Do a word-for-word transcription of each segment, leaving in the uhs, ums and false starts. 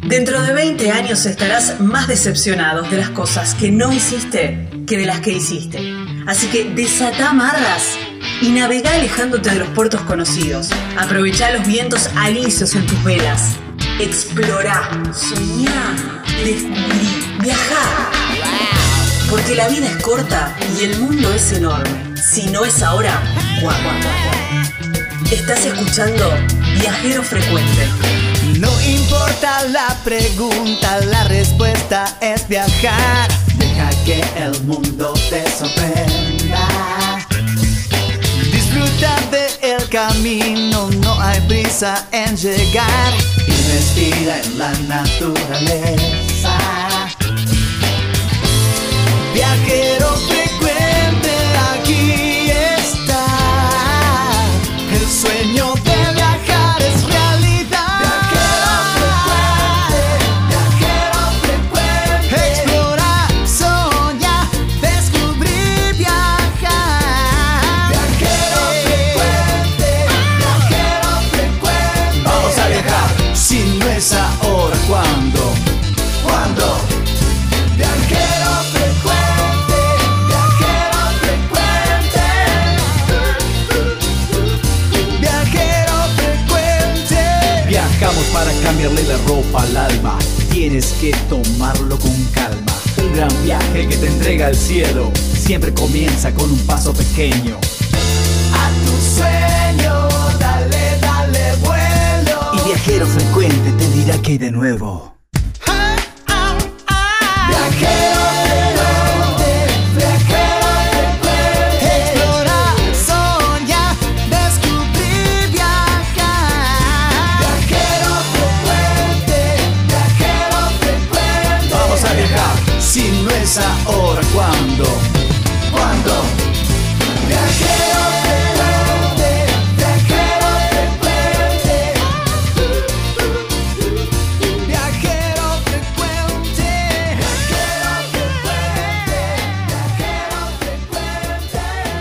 Dentro de veinte años estarás más decepcionado de las cosas que no hiciste que de las que hiciste. Así que desatá amarras y navegá alejándote de los puertos conocidos. Aprovechá los vientos alisios en tus velas. Explorá, soñá, descubrí, viajá. Porque la vida es corta y el mundo es enorme. Si no es ahora, ¿cuándo? Estás escuchando Viajero Frecuente. No importa la pregunta, la respuesta es viajar. Deja que el mundo te sorprenda. Disfruta del camino, no hay prisa en llegar. Y respira en la naturaleza. Viajero frecuente, aquí está. El sueño de viajar es realidad. Viajero frecuente, viajero frecuente. Explorar, soñar, descubrir, viajar. Viajero frecuente, viajero frecuente. Vamos a viajar. Si no es ahora, ¿cuándo? ¿Cuándo? Viajero frecuente, viajero frecuente. Viajero frecuente. Viajamos para cambiarle la ropa al alma. Tienes que tomarlo con calma. Un gran viaje que te entrega al cielo. Siempre comienza con un paso pequeño. A tu sueño, dale, dale vuelo. Y viajero frecuente te dirá que hay de nuevo. Viajero frecuente, viajero frecuente. Explorar, soñar, descubrir, viajar. Viajero frecuente, viajero frecuente. Vamos a viajar. Si no es ahora, ¿cuándo? ¿Cuándo? Viajero frecuente, viajero frecuente. Viajero frecuente, viajero frecuente, viajero frecuente.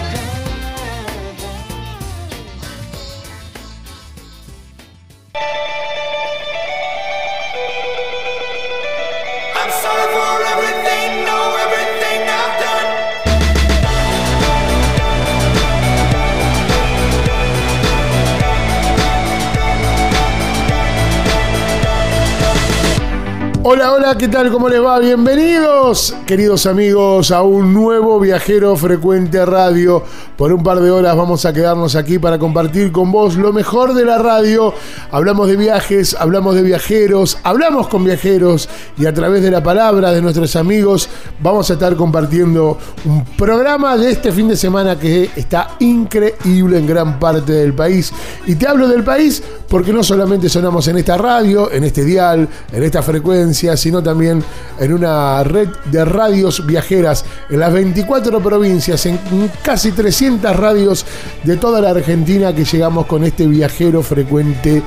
I'm sorry for everything, no, everything I've done. Hola, hola, ¿qué tal? ¿Cómo les va? Bienvenidos, queridos amigos, a un nuevo Viajero Frecuente Radio. Por un par de horas vamos a quedarnos aquí para compartir con vos lo mejor de la radio. Hablamos de viajes, hablamos de viajeros, hablamos con viajeros y a través de la palabra de nuestros amigos vamos a estar compartiendo un programa de este fin de semana que está increíble en gran parte del país. Y te hablo del país porque no solamente sonamos en esta radio, en este dial, en esta frecuencia, sino también en una red de radios viajeras en las veinticuatro provincias, en casi trescientas radios de toda la Argentina que llegamos con este Viajero Frecuente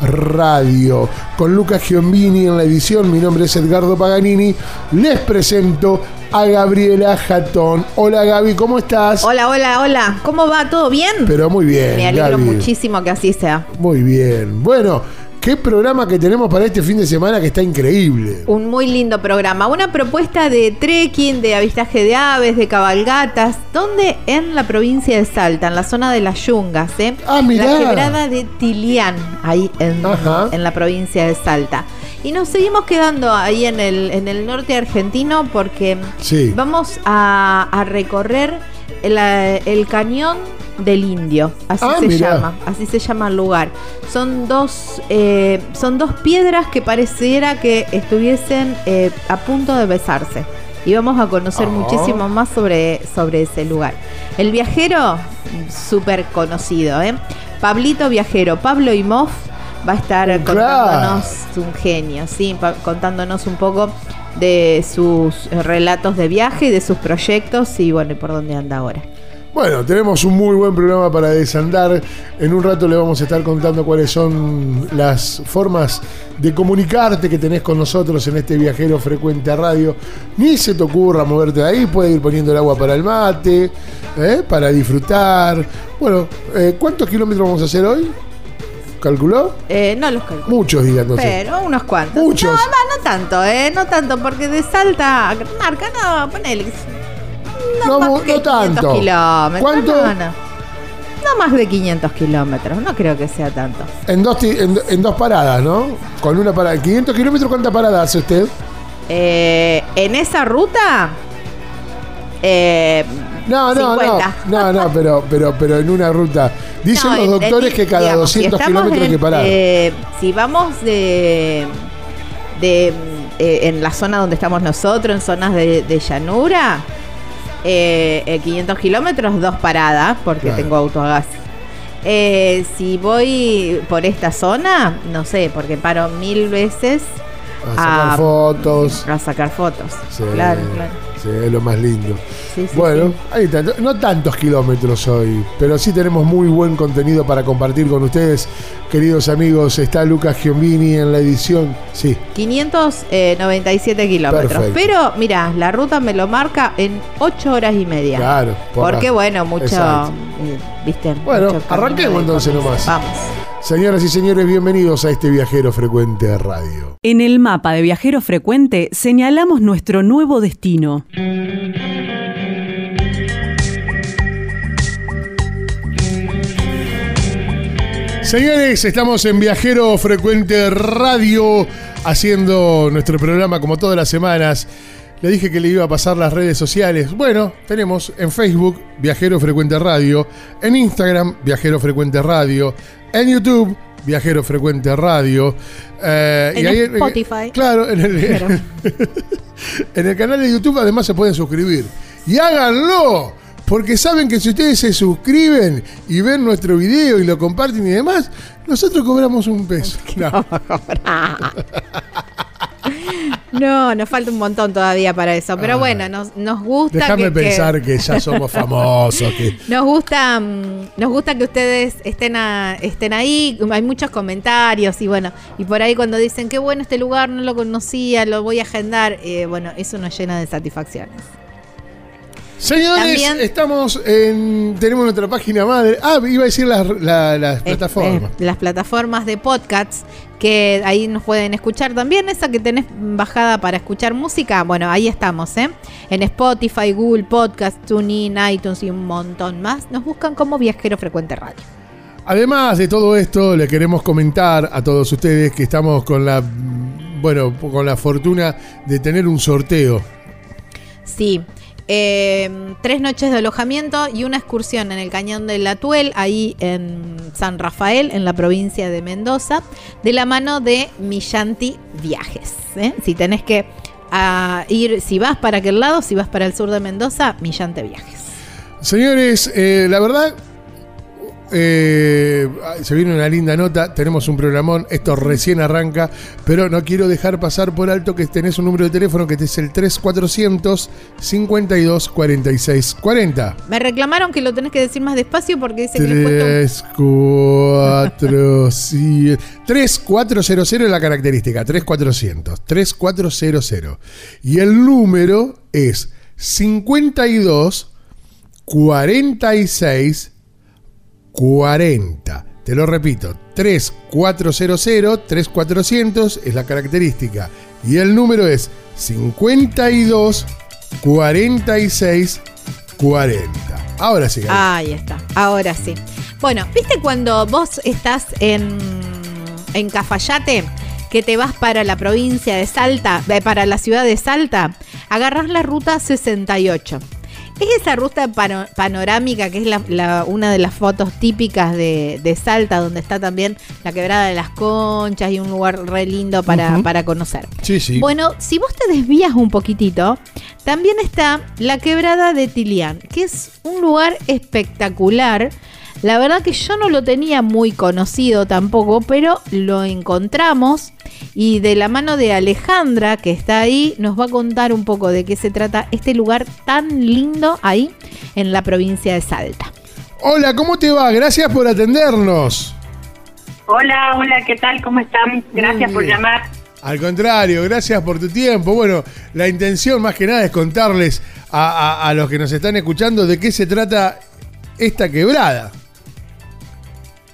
Radio. Con Lucas Giombini en la edición, mi nombre es Edgardo Paganini, les presento a Gabriela Jatón. Hola Gaby, ¿cómo estás? Hola, hola, hola. ¿Cómo va? ¿Todo bien? Pero muy bien, Me alegro Gaby. muchísimo que así sea. Muy bien. Bueno, qué programa que tenemos para este fin de semana que está increíble. Un muy lindo programa. Una propuesta de trekking, de avistaje de aves, de cabalgatas. ¿Dónde? En la provincia de Salta, en la zona de las Yungas, ¿eh? Ah, mirá. La quebrada de Tilián, ahí en, en la provincia de Salta. Y nos seguimos quedando ahí en el, en el norte argentino porque sí. vamos a, a recorrer el, el cañón del Indio, así ah, se mirá. llama, así se llama el lugar. Son dos, eh, son dos piedras que pareciera que estuviesen eh, a punto de besarse. Y vamos a conocer oh. muchísimo más sobre, sobre ese lugar. El viajero, súper conocido, ¿eh? Pablito Viajero, Pablo Imhoff, va a estar claro. contándonos, un genio, ¿sí? Pa- contándonos un poco de sus relatos de viaje y de sus proyectos y bueno, y por dónde anda ahora. Bueno, tenemos un muy buen programa para desandar. En un rato le vamos a estar contando cuáles son las formas de comunicarte que tenés con nosotros en este Viajero Frecuente Radio. Ni se te ocurra moverte de ahí, puedes ir poniendo el agua para el mate, ¿eh? Para disfrutar. Bueno, eh, ¿cuántos kilómetros vamos a hacer hoy? calculó? Eh, no los calculo. Muchos días, entonces. Pero unos cuantos. Muchos. No, no, no tanto, ¿eh? No tanto, porque de Salta a Marca, no, ponele. No, No, más no que quinientos tanto. kilómetros. ¿Cuánto? No, no. No más de quinientos kilómetros, no creo que sea tanto. En dos, ti- en, en dos paradas, ¿no? Con una parada. ¿quinientos kilómetros cuánta parada hace usted? Eh, en esa ruta. Eh, No, no, cincuenta. no. No, no, pero, pero, pero en una ruta. Dicen No, los en- doctores en- que cada digamos, si doscientos estamos kilómetros hay en, que parar. eh, si vamos de. de eh, en la zona donde estamos nosotros, en zonas de, de llanura, eh, eh, quinientos kilómetros, dos paradas, porque Claro. tengo auto a gas. Eh, si voy por esta zona, no sé, porque paro mil veces A sacar a- fotos. a sacar fotos. Sí, Claro, claro. sí, es lo más lindo. Sí, sí, Bueno, sí. ahí está. No tantos kilómetros hoy, pero sí tenemos muy buen contenido para compartir con ustedes, queridos amigos. Está Lucas Giombini en la edición. Sí, quinientos noventa y siete kilómetros. Perfecto. Pero, mira, la ruta me lo marca en ocho horas y media. claro. poca- Porque, bueno, mucho. Exacto. eh, ¿Viste? Bueno, Mucho camino arranquemos de entonces conocer. nomás. Vamos. Señoras y señores, bienvenidos a este Viajero Frecuente de Radio. En el mapa de Viajero Frecuente señalamos nuestro nuevo destino. Señores, estamos en Viajero Frecuente Radio haciendo nuestro programa como todas las semanas. Le dije que le iba a pasar las redes sociales. Bueno, tenemos en Facebook Viajero Frecuente Radio, en Instagram Viajero Frecuente Radio, en YouTube Viajero Frecuente Radio. eh, En ahí- Spotify. Claro, en el, Pero- en el canal de YouTube además se pueden suscribir. Y háganlo, porque saben que si ustedes se suscriben y ven nuestro video y lo comparten y demás, nosotros cobramos un peso. No. No, nos falta un montón todavía para eso. Pero Ah. bueno, nos, nos gusta. Déjame que, pensar que que ya somos famosos. Que... nos gusta, mm, nos gusta que ustedes estén a- estén ahí. Hay muchos comentarios y bueno, y por ahí cuando dicen qué bueno este lugar, no lo conocía, lo voy a agendar. eh, bueno, eso nos llena de satisfacciones. Señores, También- estamos en. Tenemos nuestra página madre. Ah, iba a decir las, la- las Eh, plataformas. eh, las plataformas de podcasts, que ahí nos pueden escuchar también. Esa que tenés bajada para escuchar música, bueno, ahí estamos, ¿eh? En Spotify, Google Podcast, TuneIn, iTunes y un montón más. Nos buscan como Viajero Frecuente Radio. Además de todo esto, le queremos comentar a todos ustedes que estamos con la. Bueno, con la fortuna de tener un sorteo. Sí. Eh, tres noches de alojamiento y una excursión en el Cañón del Atuel, ahí en San Rafael, en la provincia de Mendoza, de la mano de Millanti Viajes. ¿eh? Si tenés que ah, ir, si vas para aquel lado, si vas para el sur de Mendoza, Millanti Viajes. Señores, eh, la verdad, eh, se viene una linda nota, tenemos un programón, esto recién arranca, pero no quiero dejar pasar por alto que tenés un número de teléfono que es el tres cuatrocientos cincuenta y dos cuarenta y seis cuarenta. Me reclamaron que lo tenés que decir más despacio porque dice que les cuesta un... tres cuatro siete tres cuatro cero cero es la característica, tres cuatrocientos tres cuatro cero cero. Y el número es cincuenta y dos cuarenta y seis cuarenta. Te lo repito, tres cuatro cero cero tres cuatrocientos es la característica. Y el número es cincuenta y dos cuarenta y seis cuarenta. Ahora sí. Gaby. Ahí está, ahora sí. Bueno, ¿viste cuando vos estás en, en Cafayate, que te vas para la provincia de Salta, eh, para la ciudad de Salta? Agarrás la ruta sesenta y ocho. Es esa ruta pano- panorámica que es la, la- una de las fotos típicas de, de Salta, donde está también la Quebrada de las Conchas y un lugar re lindo para, Ujú. para conocer. Sí, sí. Bueno, si vos te desvías un poquitito, también está la Quebrada de Tilián, que es un lugar espectacular. La verdad que yo no lo tenía muy conocido tampoco, pero lo encontramos y de la mano de Alejandra, que está ahí, nos va a contar un poco de qué se trata este lugar tan lindo ahí en la provincia de Salta. Hola, ¿cómo te va? Gracias por atendernos. Hola, hola, ¿qué tal? ¿Cómo están? Gracias Muy por bien. llamar. Al contrario, gracias por tu tiempo. Bueno, la intención más que nada es contarles a, a- a los que nos están escuchando de qué se trata esta quebrada.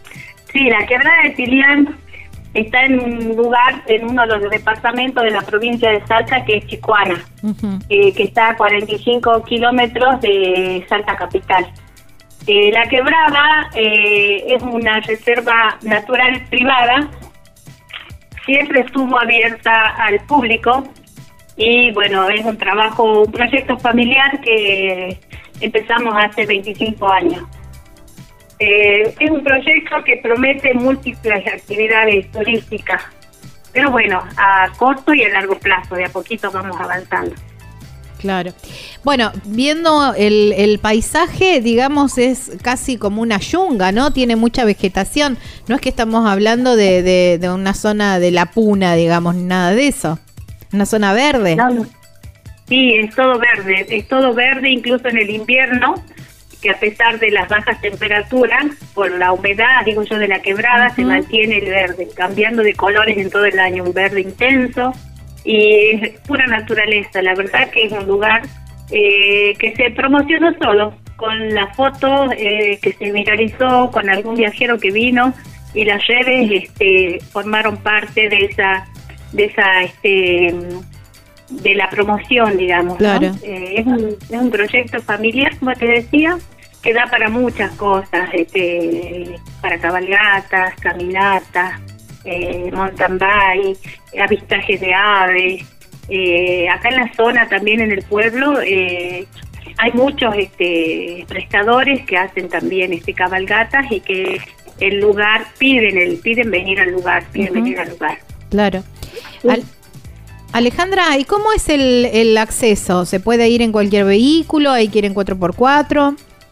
Sí, la quebrada de Tilián está en un lugar, en uno de los departamentos de la provincia de Salta, que es Chicuana, uh-huh. eh, que está a cuarenta y cinco kilómetros de Salta capital. Eh, la quebrada eh, es una reserva natural privada, siempre estuvo abierta al público y bueno, es un trabajo, un proyecto familiar que empezamos hace veinticinco años. Eh, es un proyecto que promete múltiples actividades turísticas, pero bueno, a corto y a largo plazo, de a poquito vamos avanzando. Claro. Bueno, viendo el, el paisaje, digamos, es casi como una yunga, ¿no? Tiene mucha vegetación. No es que estamos hablando de, de, de una zona de la puna, digamos, ni nada de eso. Una zona verde. No, no. Sí, es todo verde. Es todo verde, incluso en el invierno, que a pesar de las bajas temperaturas, por la humedad, digo yo, de la quebrada, uh-huh. se mantiene el verde, cambiando de colores en todo el año. Un verde intenso. Y es pura naturaleza, la verdad que es un lugar eh, que se promocionó solo, con la foto eh, que se viralizó, con algún viajero que vino, y las redes este, formaron parte de esa, de esa, este, de la promoción, digamos. Claro. ¿no? Eh, es, un, es un proyecto familiar, como te decía, que da para muchas cosas, este, para cabalgatas, caminatas, Eh, mountain bike, avistajes de aves. Eh, acá en la zona, también en el pueblo, eh, hay muchos este, prestadores que hacen también este cabalgatas y que el lugar piden el piden venir al lugar, piden uh-huh. venir al lugar. Claro. Al- Alejandra, ¿y cómo es el, el acceso? ¿Se puede ir en cualquier vehículo? ¿Hay que ir en cuatro por cuatro?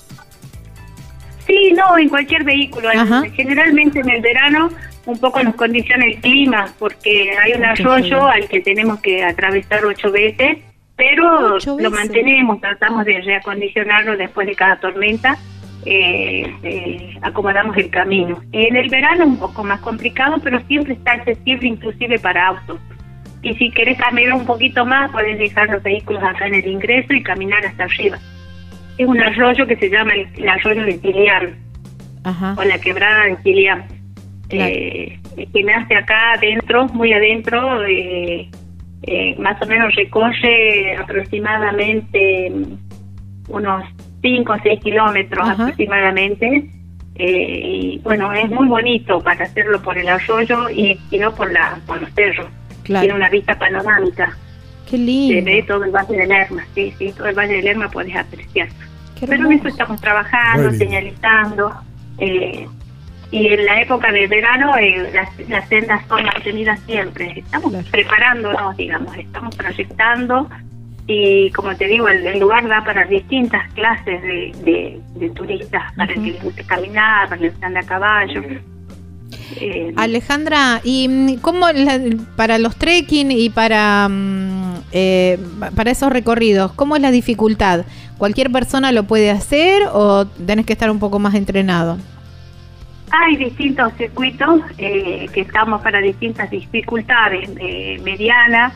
Sí, no, en cualquier vehículo. Ajá. Generalmente en el verano un poco nos condiciona el clima, porque hay un arroyo al que tenemos que atravesar ocho veces, pero ¿Ocho veces? Lo mantenemos, tratamos de reacondicionarlo después de cada tormenta, eh, eh, acomodamos el camino. En el verano un poco más complicado, pero siempre está accesible inclusive para autos. Y si querés caminar un poquito más, podés dejar los vehículos acá en el ingreso y caminar hasta arriba. Es un arroyo que se llama el, el arroyo de Tilián, Ajá. o la quebrada de Tilián. Claro. Eh, que nace acá adentro, muy adentro, eh, eh, más o menos recorre aproximadamente unos cinco o seis kilómetros Ajá. aproximadamente, eh, y bueno, es muy bonito para hacerlo por el arroyo y, y no por, la, por los cerros. Claro. Tiene una vista panorámica. Qué lindo. Se ve todo el Valle del Lerma, sí, sí, todo el Valle del Lerma puedes apreciar. Qué Pero en eso estamos trabajando, Muy señalizando, eh, y en la época de verano eh, las, las sendas son mantenidas siempre. Estamos claro. preparándonos, digamos, estamos proyectando y, como te digo, el, el lugar da para distintas clases de, de, de turistas, uh-huh. para el que les guste caminar, para el que ande a caballo. Eh, Alejandra, ¿y cómo la, para los trekking y para, eh, para esos recorridos, cómo es la dificultad? ¿Cualquier persona lo puede hacer o tenés que estar un poco más entrenado? Hay distintos circuitos eh, que estamos para distintas dificultades, eh, mediana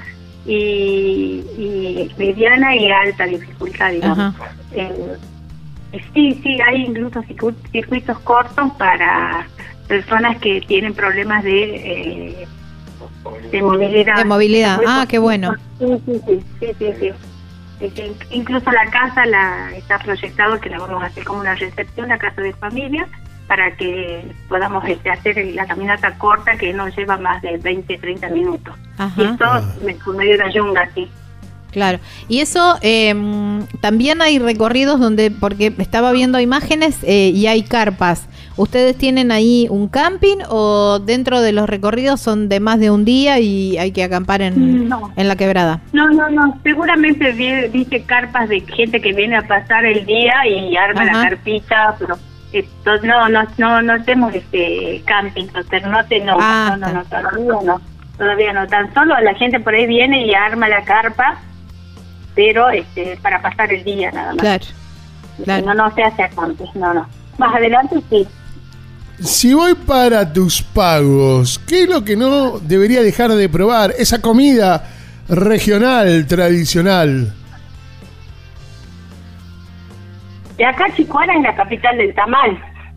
y, y mediana y alta dificultad, digamos. Eh, sí, sí, hay incluso circuitos cortos para personas que tienen problemas de eh, de movilidad. De movilidad, ah, qué bueno. Sí, sí, sí, sí, sí, sí. Este, incluso la casa la está proyectado que la vamos a hacer como una recepción, la casa de familia, para que podamos este, hacer la caminata corta que no lleva más de veinte, treinta minutos. Ajá. Y esto por medio de la yunga, sí. Claro, y eso eh, también hay recorridos donde, porque estaba viendo imágenes eh, y hay carpas. ¿Ustedes tienen ahí un camping o dentro de los recorridos son de más de un día y hay que acampar en, no. en la quebrada? No, no, no, seguramente dice carpas de gente que viene a pasar el día y arma Ajá. la carpita, pero esto, no, no, no, no hacemos este camping, ternote no, ah, no, no, no, todavía no, todavía no, tan solo la gente por ahí viene y arma la carpa, pero este para pasar el día nada más. Claro, claro. No, no se hace acamping, no, no. Más adelante sí. Si voy para tus pagos, ¿qué es lo que no debería dejar de probar? Esa comida regional, tradicional. De acá Chicuana es la capital del tamal.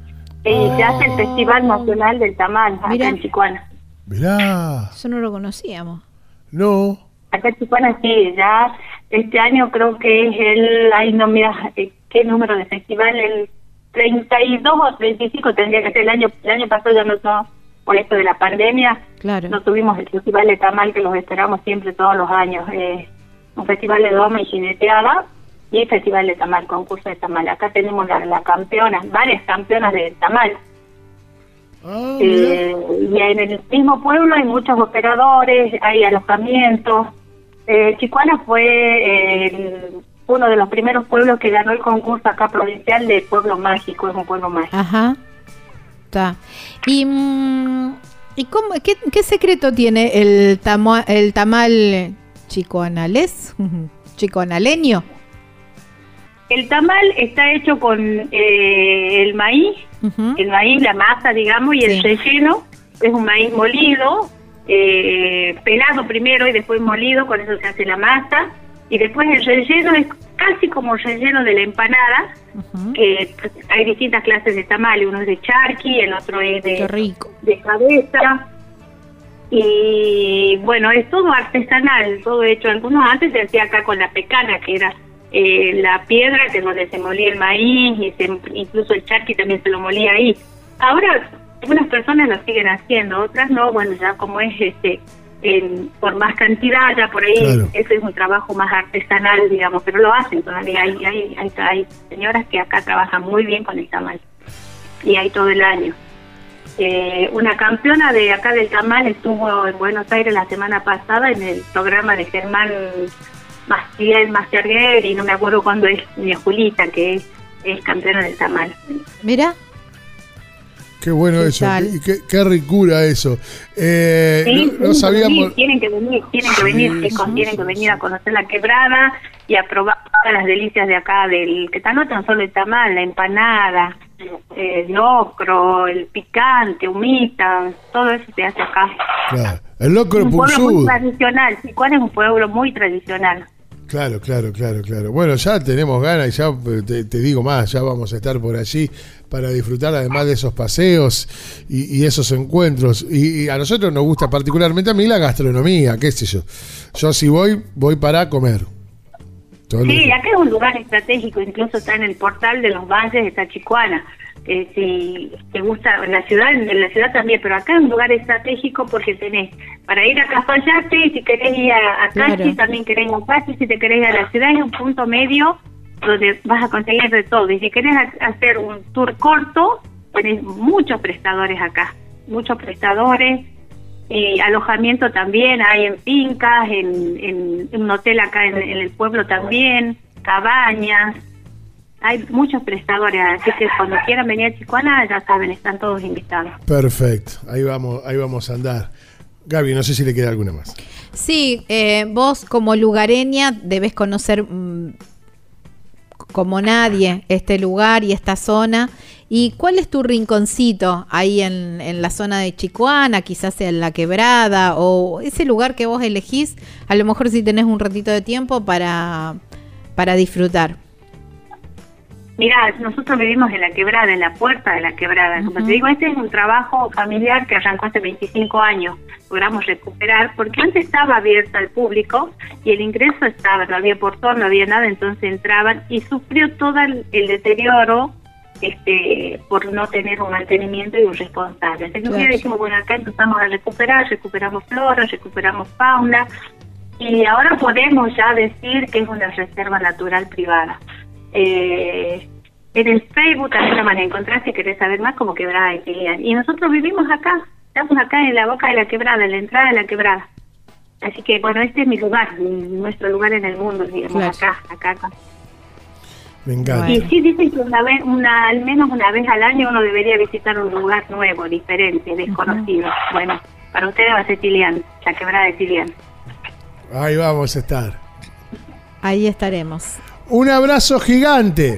Eh, Ah. Se hace el Festival Nacional del Tamal acá Mirá. en Chicuana. Mirá, Eso no lo conocíamos. no. Acá en Chicuana sí, ya este año creo que es el, ay no mira, eh, qué número de festival, el treinta y dos o treinta y cinco tendría que ser el año, el año pasado ya no, no, por esto de la pandemia, Claro. no tuvimos el Festival de Tamal que los esperamos siempre todos los años, eh, un festival de doma y jineteada y el Festival de Tamal, concurso de Tamal. Acá tenemos la, la campeona, varias campeonas de Tamal. Ah, mirá. Eh, y en el mismo pueblo hay muchos operadores, hay alojamientos. Eh, Chicuana fue eh, el- uno de los primeros pueblos que ganó el concurso acá provincial de Pueblo Mágico, es un pueblo mágico. Ajá. Está. Y, mm, ¿y cómo, qué, qué secreto tiene el, tamo- el tamal chicoanales? ¿Chicoanaleño? El tamal está hecho con eh, el maíz, Ujú. el maíz, la masa, digamos, y Sí. el relleno es un maíz molido, eh, pelado primero y después molido, con eso se hace la masa, y después el relleno es casi como el relleno de la empanada, Ujú. que pues, hay distintas clases de tamales, uno es de charqui, el otro es Qué de, rico. de cabeza, y bueno, es todo artesanal, todo hecho. Algunos antes se hacía acá con la pecana, que era eh, la piedra que es donde se molía el maíz, y se, incluso el charqui también se lo molía ahí. Ahora algunas personas lo siguen haciendo, otras no, bueno, ya como es este en, por más cantidad, ya por ahí Claro. ese es un trabajo más artesanal, digamos, pero lo hacen todavía. Hay, hay, hay, hay señoras que acá trabajan muy bien con el tamal, y hay todo el año. Eh, una campeona de acá del tamal estuvo en Buenos Aires la semana pasada en el programa de Germán Maciel Maciarguer, y no me acuerdo cuándo es, ni Julita, que es, es campeona del tamal. Mira. Qué bueno ¿Qué eso, tal? qué, qué- qué ricura eso. Eh, Sí, no, no tienen que sabíamos. venir, tienen que venir, tienen que Sí, venir, sí, chicos, sí, tienen que sí. venir a conocer la quebrada y a probar todas las delicias de acá, del que no tan solo el tamal, la empanada, eh, el locro, el picante, humita, todo eso se hace acá. Claro, el locro Es un pueblo muy punzú. tradicional, Chicuán es un pueblo muy tradicional. Claro, claro, claro, claro. Bueno, ya tenemos ganas y ya eh, te, te digo más, ya vamos a estar por allí para disfrutar además de esos paseos y, y esos encuentros. Y, y a nosotros nos gusta particularmente a mí la gastronomía, qué sé yo. Yo si voy, voy para comer. Todo Sí, lo- acá es un lugar estratégico, incluso está en el portal de los valles, está Chicuana. Eh, si te gusta, en la ciudad, en la ciudad también, pero acá es un lugar estratégico porque tenés para ir a Cafayate, y si querés ir a, a Cachi, Claro. también querés ir a Cachi, si te querés ir a la ciudad, es un punto medio donde vas a conseguir de todo. Y si querés ha- hacer un tour corto, tenés muchos prestadores acá, muchos prestadores. Y alojamiento también hay en fincas, en, en, en un hotel acá en, en el pueblo también, cabañas, hay muchos prestadores, así que cuando quieran venir a Chicuana ya saben, están todos invitados. Perfecto, ahí vamos, ahí vamos a andar. Gaby, no sé si le queda alguna más. Sí, eh, vos como lugareña debes conocer mm, como nadie este lugar y esta zona. ¿Y cuál es tu rinconcito ahí en, en la zona de Chicuana, quizás en La Quebrada, o ese lugar que vos elegís, a lo mejor si tenés un ratito de tiempo para, para disfrutar? Mira, nosotros vivimos en La Quebrada, en la puerta de La Quebrada. Como Ujú. te digo, este es un trabajo familiar que arrancó hace veinticinco años. Logramos recuperar, porque antes estaba abierta al público y el ingreso estaba, no había portón, no había nada, entonces entraban y sufrió todo el, el deterioro este por no tener un mantenimiento y un responsable. Entonces Claro. un día dijimos, bueno, acá empezamos a recuperar, recuperamos flora, recuperamos fauna, y ahora podemos ya decir que es una reserva natural privada. Eh, en el Facebook también la van a encontrar si querés saber más, como Quebrada de Tilián. Y nosotros vivimos acá, estamos acá en la boca de la quebrada, en la entrada de la quebrada. Así que bueno, este es mi lugar, mi- nuestro lugar en el mundo, digamos, Claro. acá, acá, acá. Me encanta. Y sí dicen que una vez, una, al menos una vez al año uno debería visitar un lugar nuevo, diferente, desconocido. Bueno, para ustedes va a ser Tilián, la quebrada de Tilián. Ahí vamos a estar. Ahí estaremos. Un abrazo gigante.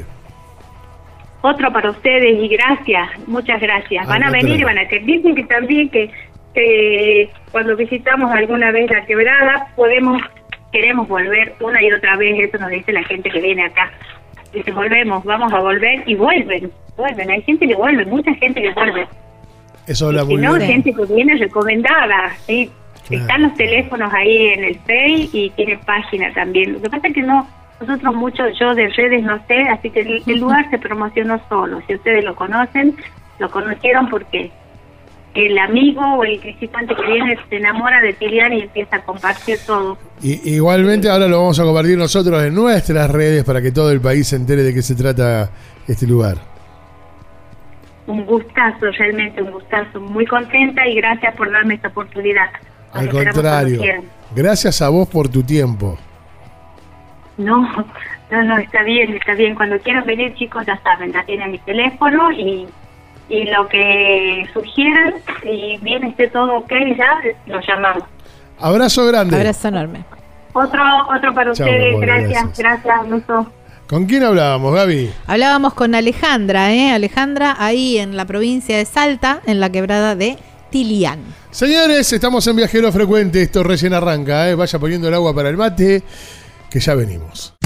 Otro para ustedes y gracias, muchas gracias. Van Ah, a no venir te- y van a que dicen que también que, que cuando visitamos alguna vez la quebrada podemos, queremos volver una y otra vez, eso nos dice la gente que viene acá. dice, volvemos, vamos a volver, y vuelven, vuelven, hay gente que vuelve, mucha gente que vuelve. Eso habla muy bien. Si no, bien. gente que viene recomendada, ¿sí? Claro. Están los teléfonos ahí en el Face y tiene página también. Lo que pasa es que no, nosotros mucho, yo de redes no sé, así que el, el lugar se promocionó solo. Si ustedes lo conocen, lo conocieron porque el amigo o el visitante que viene se enamora de Tilian y empieza a compartir todo. Y, igualmente ahora lo vamos a compartir nosotros en nuestras redes para que todo el país se entere de qué se trata este lugar. Un gustazo, realmente un gustazo. Muy contenta y gracias por darme esta oportunidad. Al contrario, gracias a vos por tu tiempo. No, no, no, está bien, está bien. Cuando quieran venir, chicos, ya saben, ya tienen mi teléfono y, y lo que sugieran, si bien esté todo ok, ya los llamamos. Abrazo grande. Abrazo enorme. Otro, otro para Chau, ustedes, amor, gracias, gracias, gracias, Luso. ¿Con quién hablábamos, Gaby? Hablábamos con Alejandra, ¿eh? Alejandra, ahí en la provincia de Salta, en la quebrada de Tilian. Señores, estamos en Viajero Frecuente, esto recién arranca, ¿eh? Vaya poniendo el agua para el mate, que ya venimos.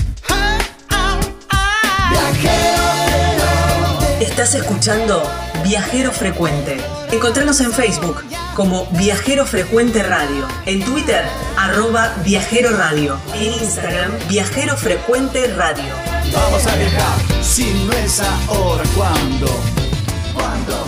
Estás escuchando Viajero Frecuente. Encontranos en Facebook como Viajero Frecuente Radio, en Twitter, arroba Viajero Radio, en Instagram, Viajero Frecuente Radio. Vamos a viajar, si no es ahora, ¿cuándo? ¿Cuándo?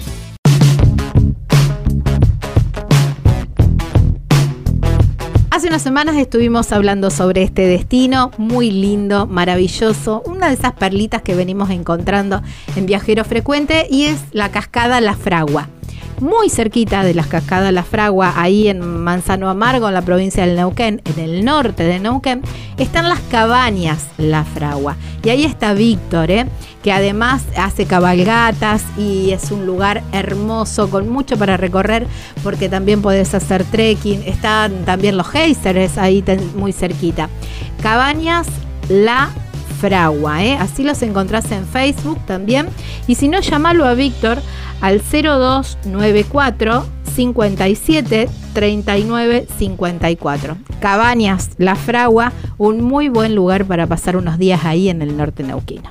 Hace unas semanas estuvimos hablando sobre este destino muy lindo, maravilloso, una de esas perlitas que venimos encontrando en Viajero Frecuente, y es la cascada La Fragua. Muy cerquita de las cascadas La Fragua, ahí en Manzano Amargo, en la provincia del Neuquén, en el norte de Neuquén, están las cabañas La Fragua. Y ahí está Víctor, ¿eh? que además hace cabalgatas y es un lugar hermoso, con mucho para recorrer, porque también podés hacer trekking. Están también los geysers ahí ten, muy cerquita. Cabañas La Fragua, ¿eh? así los encontrás en Facebook también. Y si no, llamalo a Víctor al cero dos nueve cuatro, cincuenta y siete, treinta y nueve, cincuenta y cuatro. Cabañas La Fragua, un muy buen lugar para pasar unos días ahí en el norte neuquino.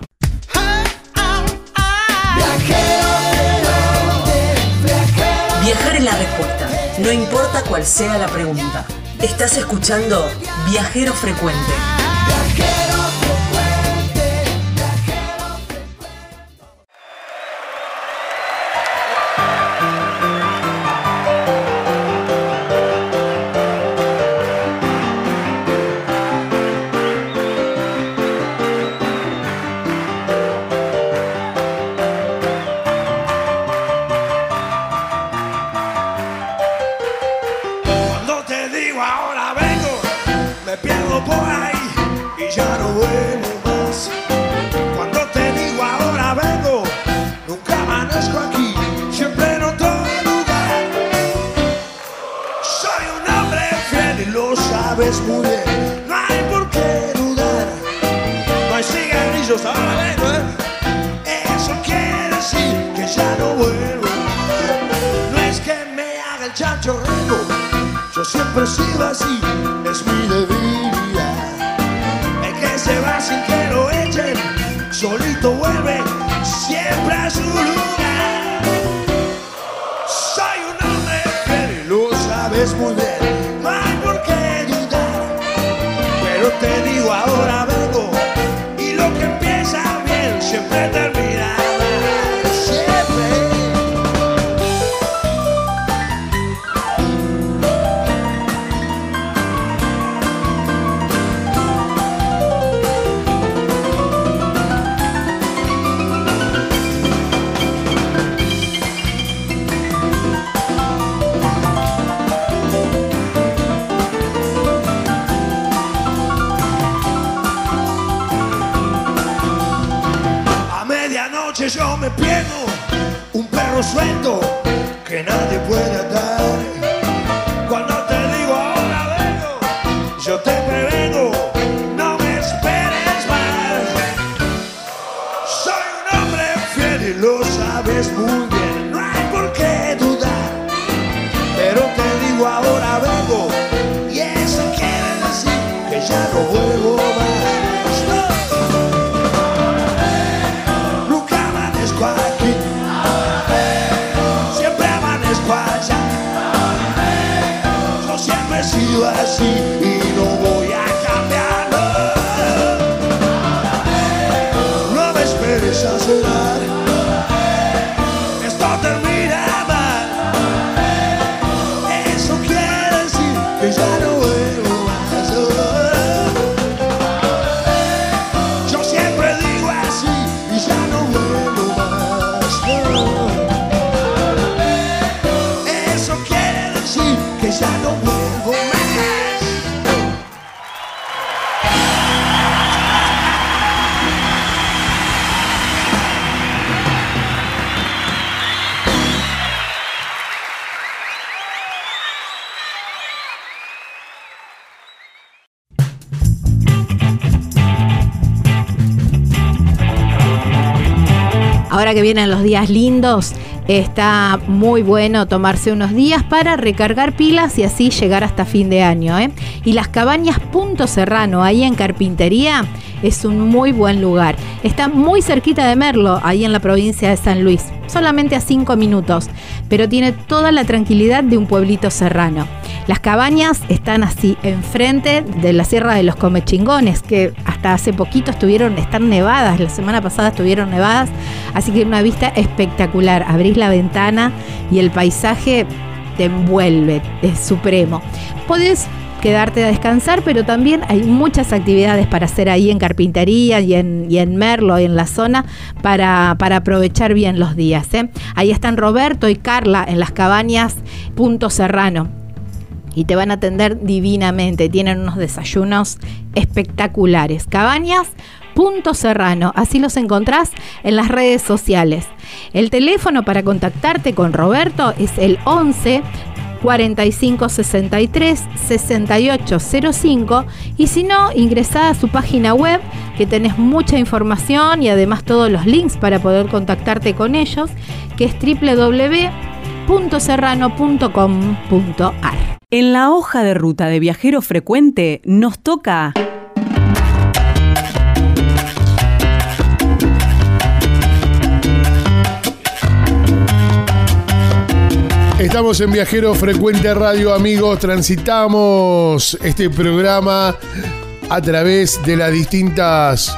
Viajar es la respuesta, no importa cuál sea la pregunta. Estás escuchando Viajero Frecuente. Siempre he sido así, es mi debilidad. El que se va sin que lo echen, solito vuelve siempre a su lugar. Soy un hombre fiel y lo sabes muy bien, no hay por qué dudar. Pero te digo, ahora vengo y lo que empieza bien siempre termina mal, siempre. Yo me pierdo, un perro suelto que nadie puede atar. Cuando te digo ahora vengo, yo te prevengo, no me esperes más. Soy un hombre fiel y lo sabes muy bien, no hay por qué dudar. Pero te digo ahora vengo, y eso quiere decir que ya no vuelvo más. No. así y no voy a cambiar. No, no me esperes a cenar, esto termina mal. Eso quiere decir que ya no vuelvo más. Yo siempre digo así y ya no vuelvo más. Eso quiere decir que ya no vuelvo más. Ahora que vienen los días lindos, está muy bueno tomarse unos días para recargar pilas y así llegar hasta fin de año, ¿eh? Y las cabañas Punto Serrano, ahí en Carpintería, es un muy buen lugar. Está muy cerquita de Merlo, ahí en la provincia de San Luis, solamente a cinco minutos, pero tiene toda la tranquilidad de un pueblito serrano. Las cabañas están así, enfrente de la Sierra de los Comechingones, que hasta hace poquito estuvieron, están nevadas, la semana pasada estuvieron nevadas, así que una vista espectacular. Abrís la ventana y el paisaje te envuelve, es supremo. Podés quedarte a descansar, pero también hay muchas actividades para hacer ahí en Carpintería y en, y en Merlo, y en la zona, para, para aprovechar bien los días, ¿eh? Ahí están Roberto y Carla en las cabañas Punto Serrano. Y te van a atender divinamente, tienen unos desayunos espectaculares. Cabañas Punto Serrano, así los encontrás en las redes sociales. El teléfono para contactarte con Roberto es el once cuarenta y cinco sesenta y tres sesenta y ocho cero cinco, y si no, ingresá a su página web, que tenés mucha información y además todos los links para poder contactarte con ellos, que es doble u doble u doble u punto serrano punto com punto a r. En la hoja de ruta de Viajero Frecuente nos toca... Estamos en Viajero Frecuente Radio, amigos. Transitamos este programa a través de las distintas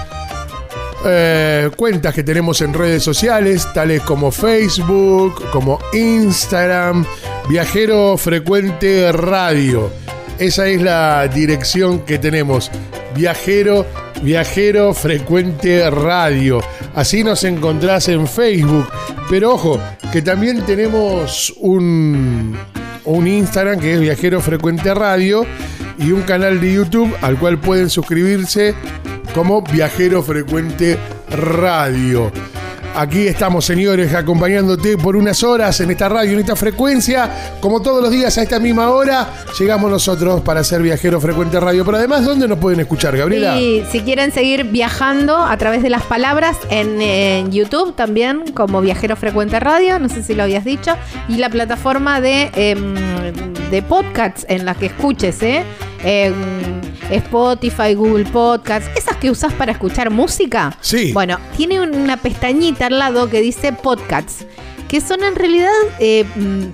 eh, cuentas que tenemos en redes sociales, tales como Facebook, como Instagram. Viajero Frecuente Radio. Esa es la dirección que tenemos. Viajero, Viajero Frecuente Radio. Así nos encontrás en Facebook. Pero ojo, que también tenemos un, un Instagram que es Viajero Frecuente Radio y un canal de YouTube al cual pueden suscribirse como Viajero Frecuente Radio. Aquí estamos, señores, acompañándote por unas horas en esta radio, en esta frecuencia. Como todos los días a esta misma hora, llegamos nosotros para hacer Viajero Frecuente Radio. Pero además, ¿dónde nos pueden escuchar, Gabriela? Y si quieren seguir viajando a través de las palabras, en, en YouTube también, como Viajero Frecuente Radio, no sé si lo habías dicho, y la plataforma de, eh, de podcasts en la que escuches, ¿eh? Eh, Spotify, Google Podcasts, esas que usás para escuchar música. Sí. Bueno, tiene una pestañita al lado que dice Podcasts, que son en realidad eh,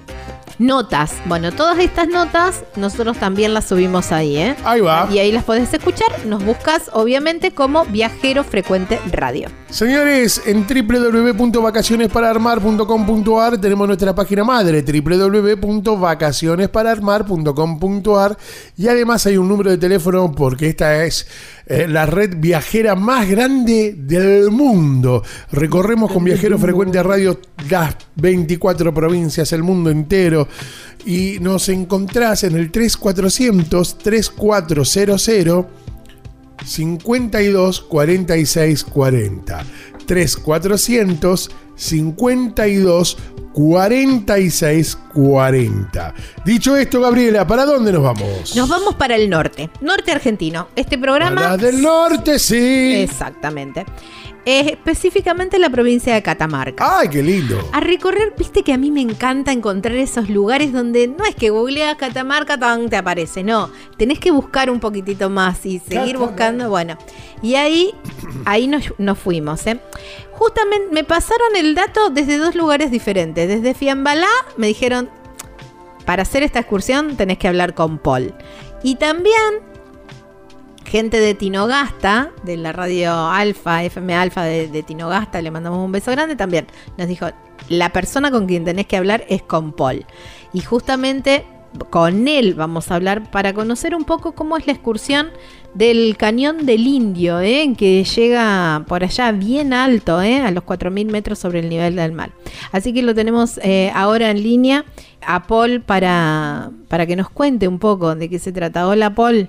notas. Bueno, todas estas notas nosotros también las subimos ahí, ¿eh? Ahí va. Y ahí las podés escuchar. Nos buscas, obviamente, como Viajero Frecuente Radio. Señores, en doble u doble u doble u punto vacaciones para armar punto com punto a r tenemos nuestra página madre, doble u doble u doble u punto vacaciones para armar punto com punto a r, y además hay un número de teléfono porque esta es eh, la red viajera más grande del mundo. Recorremos con Viajero Frecuente Radio las veinticuatro provincias, el mundo entero, y nos encontrás en el tres cuatrocientos, treinta y cuatro cero cero, cincuenta y dos cuarenta y seis cuarenta. tres cuatrocientos, cincuenta y dos cuarenta y seis cuarenta. Dicho esto, Gabriela, ¿para dónde nos vamos? Nos vamos para el norte, norte argentino. Este programa... Para del norte, sí. Exactamente. Eh, específicamente la provincia de Catamarca. ¡Ay, qué lindo! A recorrer, viste que a mí me encanta encontrar esos lugares donde no es que googleas Catamarca, tan te aparece, no. Tenés que buscar un poquitito más y seguir buscando, bueno. Y ahí, ahí nos, nos fuimos, ¿eh? Justamente me pasaron el dato desde dos lugares diferentes. Desde Fiambalá me dijeron, para hacer esta excursión tenés que hablar con Paul. Y también gente de Tinogasta, de la radio Alfa, F M Alfa de, de Tinogasta, le mandamos un beso grande, también nos dijo, la persona con quien tenés que hablar es con Paul. Y justamente con él vamos a hablar para conocer un poco cómo es la excursión del Cañón del Indio, ¿eh? Que llega por allá bien alto, ¿eh? A los cuatro mil metros sobre el nivel del mar. Así que lo tenemos eh, ahora en línea a Paul para, para que nos cuente un poco de qué se trata. Hola, Paul.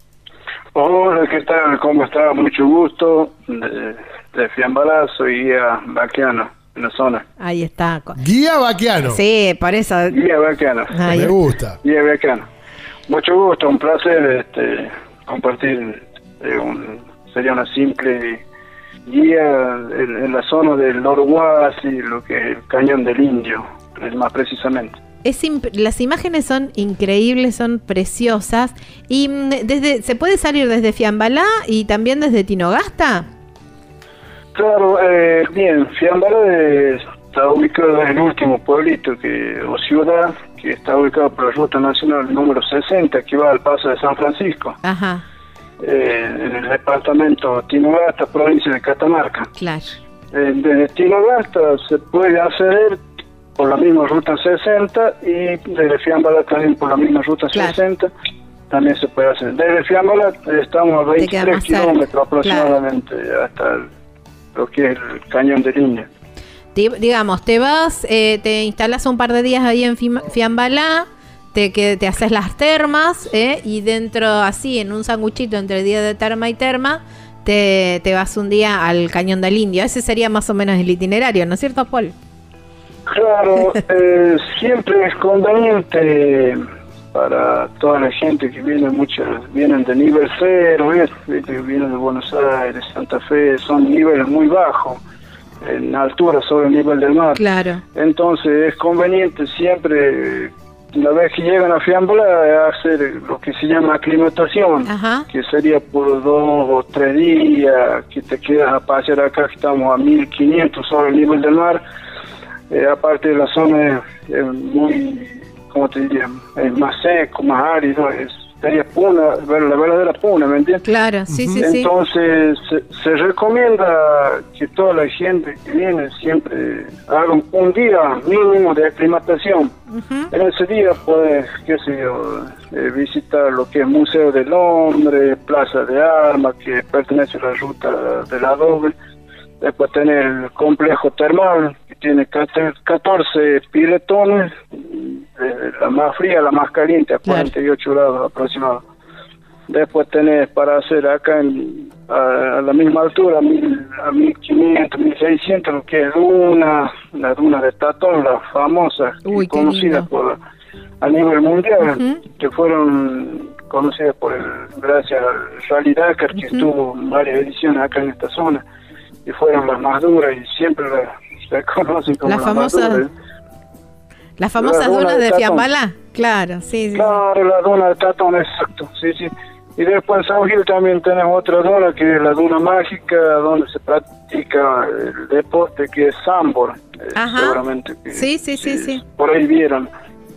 Hola, ¿qué tal? ¿Cómo está? Mucho gusto. De, de Fiambalá, soy guía vaquiano en la zona. Ahí está. Guía vaquiano. Sí, por eso. Guía vaquiano. Me gusta. Guía vaquiano. Mucho gusto, un placer este, compartir eh, un, sería una simple guía en, en la zona del Orohuasi, lo que es el Cañón del Indio, más precisamente. Es imp- las imágenes son increíbles, son preciosas. Y desde se puede salir desde Fiambalá y también desde Tinogasta. Claro, eh, bien, Fiambalá está ubicado en el último pueblito que o ciudad que está ubicado por la ruta nacional número sesenta que va al paso de San Francisco. Ajá. Eh, en el departamento Tinogasta, provincia de Catamarca. Claro. Eh, desde Tinogasta se puede acceder por la misma ruta sesenta y desde Fiambalá también por la misma ruta claro. sesenta también se puede hacer. Desde Fiambalá estamos a veintitrés kilómetros aproximadamente claro. hasta el, lo que es el Cañón del Indio. Te, digamos, te vas, eh, te instalas un par de días ahí en Fiambalá, te, que, te haces las termas eh, y dentro así en un sanguchito entre día de terma y terma te, te vas un día al Cañón del Indio. Ese sería más o menos el itinerario, ¿no es cierto, Paul? Claro, eh, siempre es conveniente para toda la gente que viene, muchos vienen de nivel cero, ¿ves? Que vienen de Buenos Aires, Santa Fe, son niveles muy bajos, en altura sobre el nivel del mar. Claro. Entonces es conveniente siempre, una vez que llegan a Fiambalá, hacer lo que se llama aclimatación, Ajá. que sería por dos o tres días, que te quedas a pasear acá, que estamos a mil quinientos sobre el nivel del mar. Eh, aparte de la zona es, es muy, ¿cómo te diría? Es más seco, más árido, es, sería puna, la verdadera puna, ¿me entiendes? Claro, sí, uh-huh. sí, sí. Entonces se, se recomienda que toda la gente que viene siempre haga un, un día mínimo de aclimatación. Uh-huh. En ese día puedes, qué sé yo, eh, visitar lo que es Museo del Hombre, Plaza de Armas, que pertenece a la ruta del adobe. Después tener el complejo termal, que tiene catorce piletones, desde la más fría a la más caliente, a cuarenta y ocho grados aproximadamente. Después tenés para hacer acá en, a, a la misma altura, a mil quinientos, mil seiscientos, lo que es duna, la duna de Tatón, la famosa, Uy, conocida por a nivel mundial, uh-huh. que fueron conocidas por el, gracias al Rally Dakar, que uh-huh. estuvo varias ediciones acá en esta zona. Y fueron las más duras y siempre las conocen como las famosas, más duras. Las famosas la dunas de, de Fiambalá, claro, sí, sí. Claro, la duna de Tatón, exacto, sí, sí. Y después en San Gil también tenemos otra duna que es la duna mágica, donde se practica el deporte que es sambor. Ajá. Eh, seguramente que, sí, sí, sí, sí. Por ahí vieron.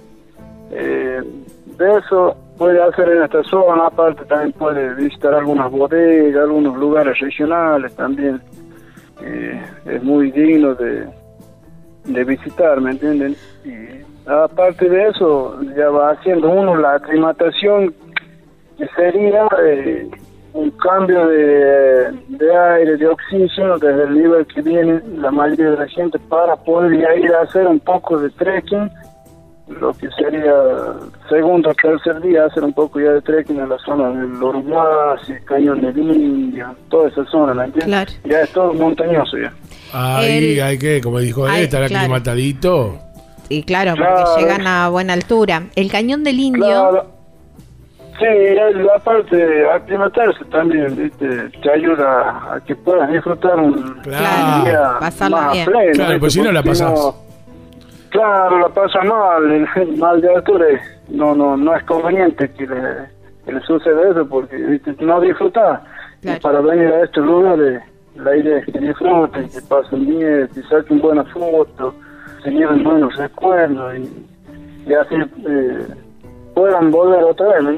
Eh, de eso puede hacer en esta zona, aparte también puede visitar algunas bodegas, algunos lugares regionales también. Eh, es muy digno de, de visitar, ¿me entienden? Y aparte de eso, ya va haciendo uno la aclimatación, que sería eh, un cambio de, de aire, de oxígeno, desde el nivel que viene la mayoría de la gente, para poder ya ir a hacer un poco de trekking, lo que sería segundo o tercer día, hacer un poco ya de trekking en la zona del Orohuasi, Cañón del Indio, toda esa zona, ¿me entiendes? Claro. Ya es todo montañoso ya. Ahí El... hay que, como dijo él, estar claro. aclimatadito. Sí, claro, porque claro. llegan a buena altura. El Cañón del Indio... Claro. Sí, la parte de aclimatarse también, ¿viste? Te ayuda a que puedas disfrutar un claro. día pasarla más bien. pleno. Claro, pues si no la pasás. No, claro, la pasas mal, el mal de altura no no no es conveniente que le, que le suceda eso, porque ¿viste? No disfrutas. Claro. Y para venir a estos lugares, la idea es que disfruten, que pasen bien, que saquen buenas fotos, se lleven buenos recuerdos y, y así eh, puedan volver otra vez, ¿me entiendes?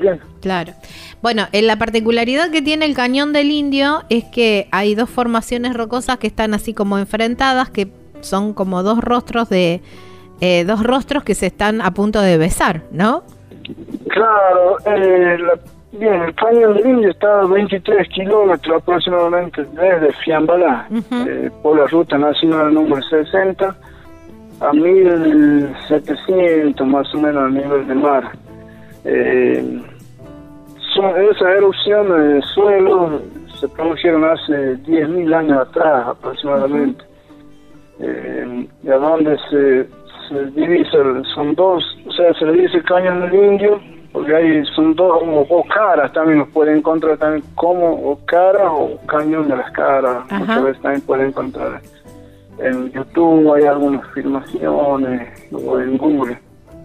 Claro. Bueno, en la particularidad que tiene el Cañón del Indio es que hay dos formaciones rocosas que están así como enfrentadas, que son como dos rostros de eh, dos rostros que se están a punto de besar, ¿no? Claro, eh, la, bien, el Cañón del Indio está a veintitrés kilómetros aproximadamente desde Fiambalá, uh-huh. eh, por la ruta nacional número sesenta, a mil setecientos más o menos al nivel del mar. Eh, son, esas erupciones de suelo se produjeron hace diez mil años atrás aproximadamente. Uh-huh. eh, y a donde se, se divisa, son dos, o sea, se le dice Cañón del Indio, porque ahí son dos, o, o caras también los pueden encontrar también como o cara o Cañón de las Caras. Uh-huh. Muchas veces también pueden encontrar en YouTube, hay algunas filmaciones o en Google.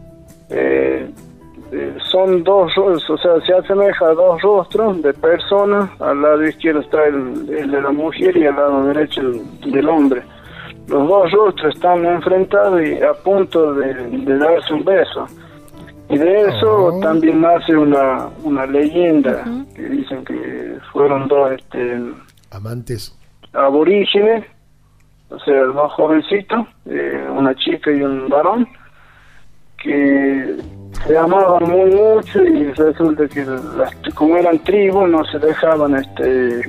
Eh, eh, son dos, o sea, se asemeja a dos rostros de personas. Al lado izquierdo está el, el de la mujer y al lado derecho el del hombre. Los dos rostros están enfrentados y a punto de, de darse un beso. Y de eso uh-huh. también nace una, una leyenda, uh-huh. que dicen que fueron dos este, amantes aborígenes, o sea, dos jovencitos, eh, una chica y un varón, que se amaban muy mucho y resulta que las, como eran tribus no se dejaban, este,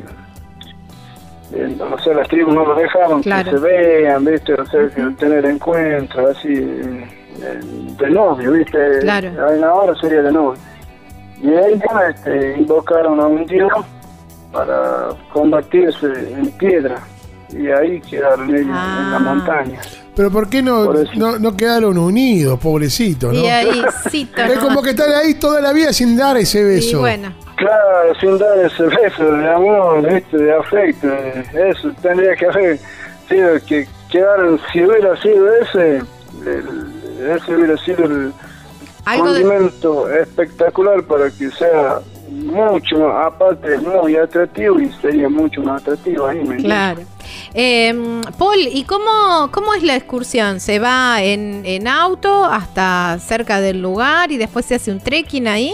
eh, o sea, las tribus no lo dejaban claro. que se vean, ¿viste? O sea, que tener encuentros así eh, de novio, ¿viste? Claro. Ahora sería de novio. Y ellos este, invocaron a un dios para convertirse en piedra. Y ahí quedaron ellos ah. en la montaña. Pero ¿por qué no, Por no, no quedaron unidos, pobrecitos, no? Y ahí, cito, es no. como que están ahí toda la vida sin dar ese beso. Y bueno. Claro, sin dar ese beso de amor, ¿viste? De afecto. Eso tendría que haber sido que quedaron, si hubiera sido ese, el, ese hubiera sido el ¿Algo condimento de... espectacular para que sea mucho, aparte muy atractivo, y sería mucho más atractivo ahí, ¿me claro. Eh, Paul, ¿y cómo, cómo es la excursión? ¿Se va en, en auto hasta cerca del lugar y después se hace un trekking ahí?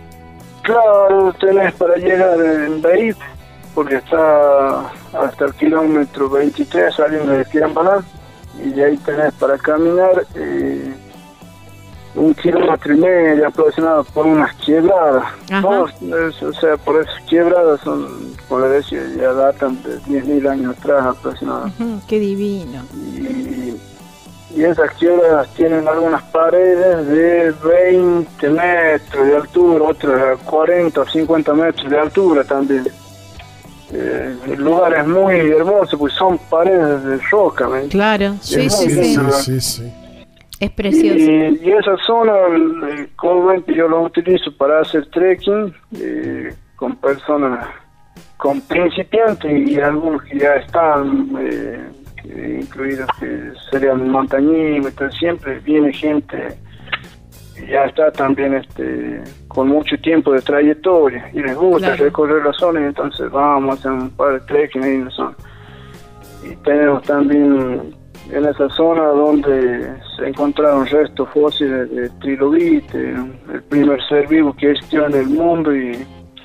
Claro, tenés para llegar en vehículo, porque está hasta el kilómetro veintitrés saliendo de Fiambalá, y de ahí tenés para caminar eh, un kilómetro y medio aproximado por unas quebradas. Todos, es, o sea, por esas quebradas son, por decir, ya datan de diez mil años atrás aproximadamente. Uh-huh, qué divino. Y, y esas quebradas tienen algunas paredes de veinte metros de altura, otras a cuarenta o cincuenta metros de altura también. Eh, el lugar es muy hermoso, pues son paredes de roca, ¿me? Claro, sí, sí, sí, sí, sí, sí. Es precioso. Y, y esa zona, eh, comúnmente yo lo utilizo para hacer trekking eh, con personas, con principiantes y algunos que ya están, eh, incluidos que serían montañistas. Siempre viene gente que ya está también este con mucho tiempo de trayectoria y les gusta claro. recorrer la zona, y entonces vamos a hacer un par de trekking ahí en la zona. Y tenemos también en esa zona donde se encontraron restos fósiles de trilobite, el primer ser vivo que existió en el mundo y,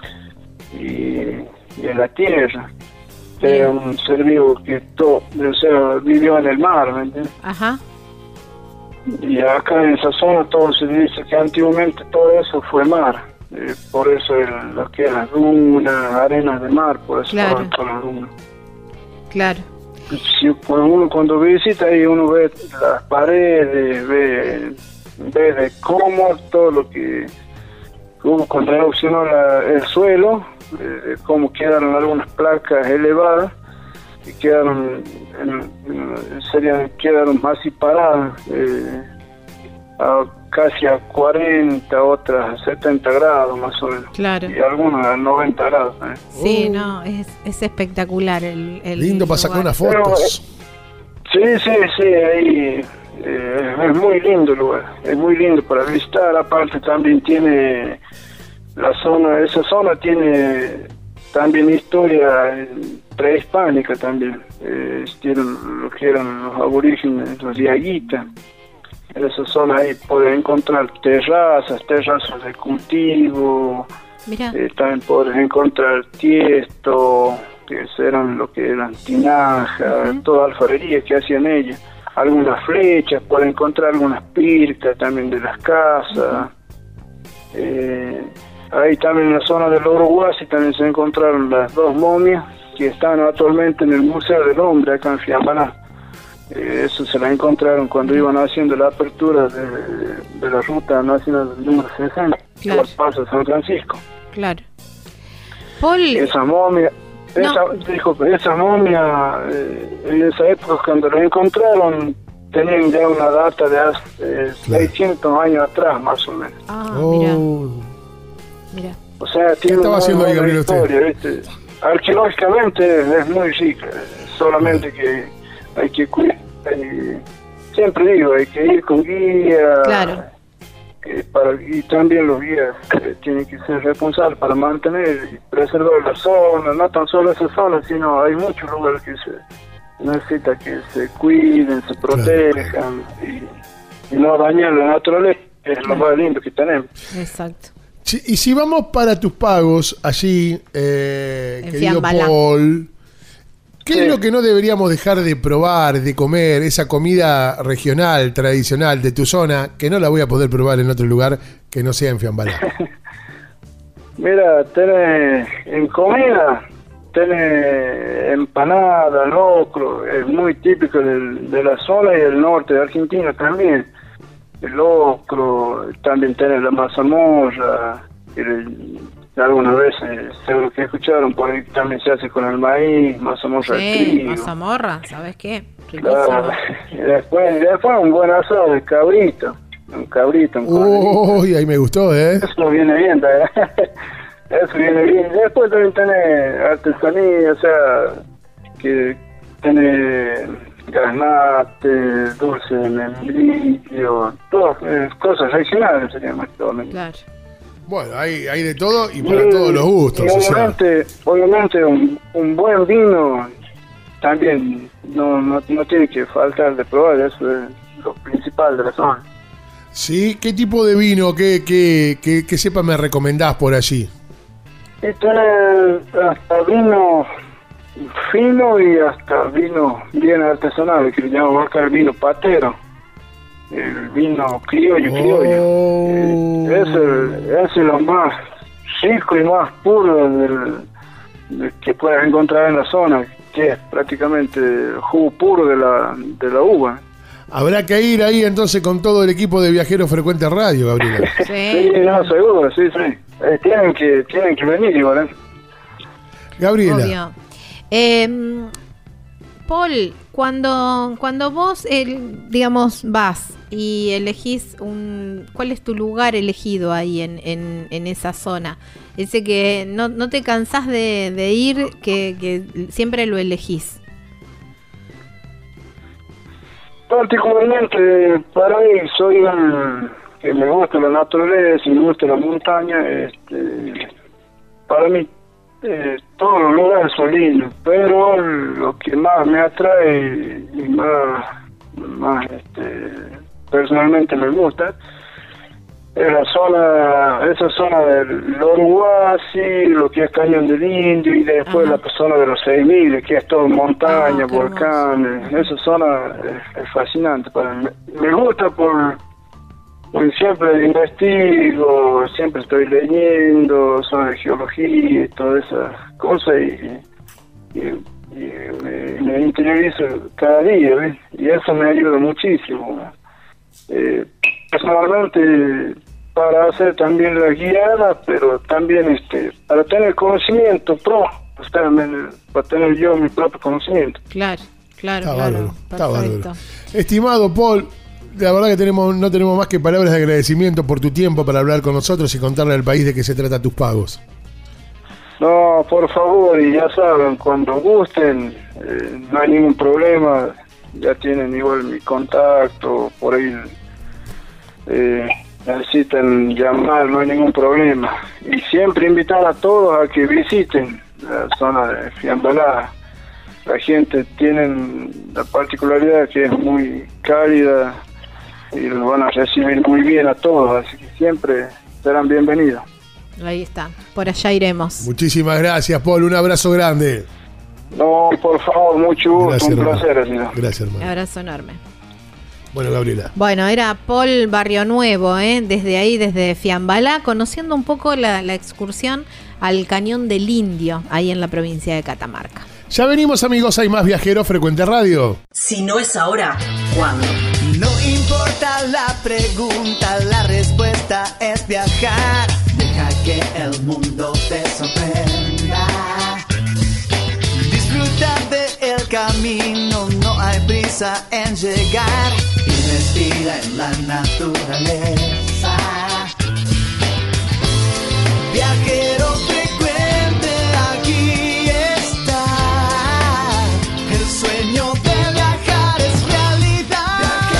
y, y en la tierra. Era un ser vivo que todo, o sea, vivió en el mar, ¿me entiendes? Ajá. Y acá en esa zona todo se dice que antiguamente todo eso fue mar, eh, por eso el, lo que era dunas, arenas de mar, por eso claro. todas las dunas. Claro. Si uno cuando visita ahí uno ve las paredes, ve, ve de cómo todo lo que hubo cuando erupcionó la, el suelo, eh, cómo quedaron algunas placas elevadas y quedaron en, en, serían, quedaron así paradas eh, a casi a cuarenta, otras a setenta grados más o menos. Claro. Y algunas a noventa grados. ¿eh? Sí, uh. no, es, es espectacular el, el lindo para sacar unas fotos. Pero, sí, sí, sí, ahí eh, es muy lindo el lugar, es muy lindo para visitar. Aparte también tiene la zona, esa zona tiene también historia prehispánica también. Eh, tienen lo que eran los aborígenes, los diaguitas. En esa zona ahí pueden encontrar terrazas, terrazas de cultivo, Mirá. Eh, también podés encontrar tiesto, que eran lo que eran tinajas, uh-huh. toda alfarería que hacían ellos. Algunas flechas, pueden encontrar algunas pircas también de las casas. Uh-huh. eh, ahí también en la zona del Orohuasi también se encontraron las dos momias que están actualmente en el Museo del Hombre acá en Fiambalá. Eh, eso se la encontraron cuando iban haciendo la apertura de, de la ruta nacional número sesenta, claro. por Paso San Francisco. Claro. Paul... Esa momia, no. esa, dijo, esa momia, eh, en esa época cuando la encontraron, tenían ya una data de hace eh, claro. seiscientos años atrás, más o menos. Ah, mira. Oh. Mira. O sea, tiene una buena historia, ¿viste? Arqueológicamente es muy rica, solamente que hay que cuidar. Y siempre digo, hay que ir con guía. Claro. Eh, para, y también los guías eh, tienen que ser responsables para mantener y preservar la zona, no tan solo esa zona, sino hay muchos lugares que se necesita que se cuiden, se protejan claro. y, y no dañar la naturaleza, que es claro. lo más lindo que tenemos. Exacto. Sí, y si vamos para tus pagos allí, eh, querido Fiambalá. Paul, ¿qué sí. es lo que no deberíamos dejar de probar, de comer, esa comida regional, tradicional de tu zona, que no la voy a poder probar en otro lugar que no sea en Fiambalá? Mira, tenés en comida, tenés empanada, locro, es muy típico del, de la zona y del norte de Argentina también. El locro, también tenés la mazamorra, el, algunas veces, seguro que escucharon, por ahí también se hace con el maíz, mazamorra de Sí, trigo. mazamorra, ¿sabes qué? Riquísimo. Claro. Y después, después un buen asado de cabrito, un cabrito, un Uy, oh, ahí me gustó, ¿eh? Eso viene bien, ¿verdad? Eso viene bien. Después también tenés artesanía, o sea, que tenés gaznate, dulce de membrillo, todas eh, cosas regionales serían más todo. Claro. Bueno, hay, hay de todo y para y, todos los gustos. Y obviamente, o sea. obviamente un, un buen vino también no, no, no tiene que faltar de probar, eso es lo principal de la zona. Sí, ¿qué tipo de vino, qué, qué, qué, qué cepa me recomendás por allí? Y tenés hasta vino fino y hasta vino bien artesanal, que le llamamos acá el vino patero, el vino criollo, oh. criollo. Eh, ese, ese es lo más rico y más puro del, del que puedes encontrar en la zona, que es prácticamente el jugo puro de la, de la uva. Habrá que ir ahí entonces con todo el equipo de Viajeros Frecuentes Radio, Gabriela. Sí, sí, no, seguro, sí, sí. Eh, tienen que tienen que venir igual, ¿eh? Gabriela. Obvio. Eh, Paul, cuando cuando vos, el, digamos, vas y elegís un... ¿Cuál es tu lugar elegido ahí en, en, en esa zona? Ese que no, no te cansás de, de ir, que, que siempre lo elegís. Particularmente para mí, soy un que me gusta la naturaleza, me gusta la montaña. Este, para mí eh, todos los lugares son lindos, pero lo que más me atrae y más, más este, personalmente me gusta es la zona, esa zona del Orohuasi, lo que es Cañón del Indio, y después Ajá. la zona de los seis mil, que es todo montaña, ah, volcanes. Esa zona es, es fascinante para mí. Me gusta por, porque siempre investigo, siempre estoy leyendo sobre geología y todas esas cosas, y, y, y me, me interiorizo cada día, ¿ves? Y eso me ayuda muchísimo. Eh, personalmente para hacer también la guiada, pero también este para tener conocimiento propio, o sea, para tener yo mi propio conocimiento. Claro, claro, está claro. Bárbaro, está bárbaro. Estimado Paul, la verdad que tenemos no tenemos más que palabras de agradecimiento por tu tiempo para hablar con nosotros y contarle al país de qué se trata tus pagos. No, por favor, y ya saben, cuando gusten, eh, no hay ningún problema, ya tienen igual mi contacto, por ahí eh, necesitan llamar, no hay ningún problema. Y siempre invitar a todos a que visiten la zona de Fiambalá. La gente tiene la particularidad que es muy cálida y los van a recibir muy bien a todos, así que siempre serán bienvenidos. Ahí está, por allá iremos. Muchísimas gracias, Paul, un abrazo grande. No, por favor, mucho gusto, Gracias, un hermano. placer. Señor. Gracias, hermano. Un abrazo enorme. Bueno, Gabriela. Bueno, era Paul Barrio Nuevo, ¿eh? Desde ahí, desde Fiambalá, conociendo un poco la, la excursión al Cañón del Indio, ahí en la provincia de Catamarca. Ya venimos, amigos, hay más Viajero Frecuente Radio. Si no es ahora, ¿cuándo? No importa la pregunta, la respuesta es viajar. Deja que el mundo te sorprenda. Disfruta del camino, no hay prisa en llegar. Y respira en la naturaleza. Viajero frecuente, aquí está. El sueño de viajar es realidad.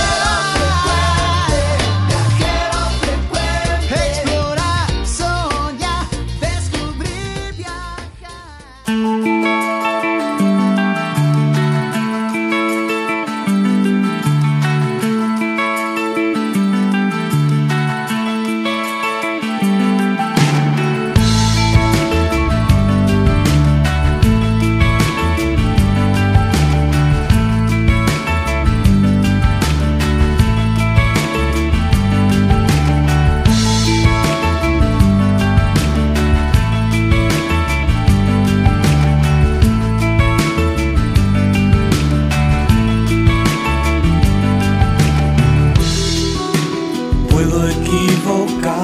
Viajero frecuente, viajero frecuente. Explorar, soñar, descubrir, viajar. Puedo equivocarme,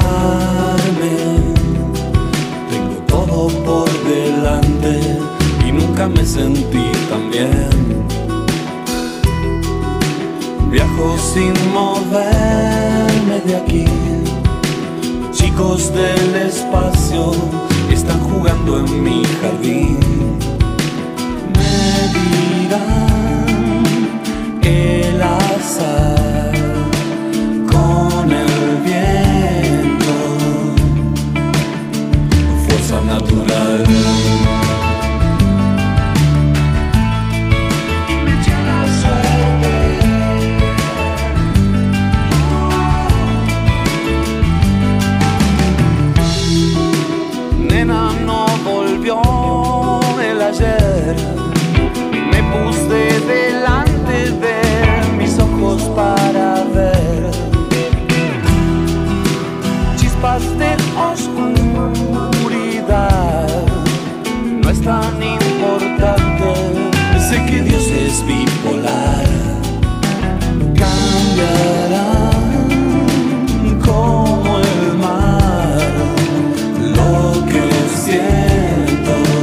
tengo todo por delante y nunca me sentí tan bien. Viajo sin moverme de aquí, chicos del espacio están jugando en mi jardín. Me dirán el azar con el viento, fuerza natural. Y me echa la suerte. Nena, no volvió el ayer. Me puse delante de mis ojos para ver chispas de oscuridad. No es tan importante, sé que Dios es bipolar. Cambiarán como el mar lo que siento.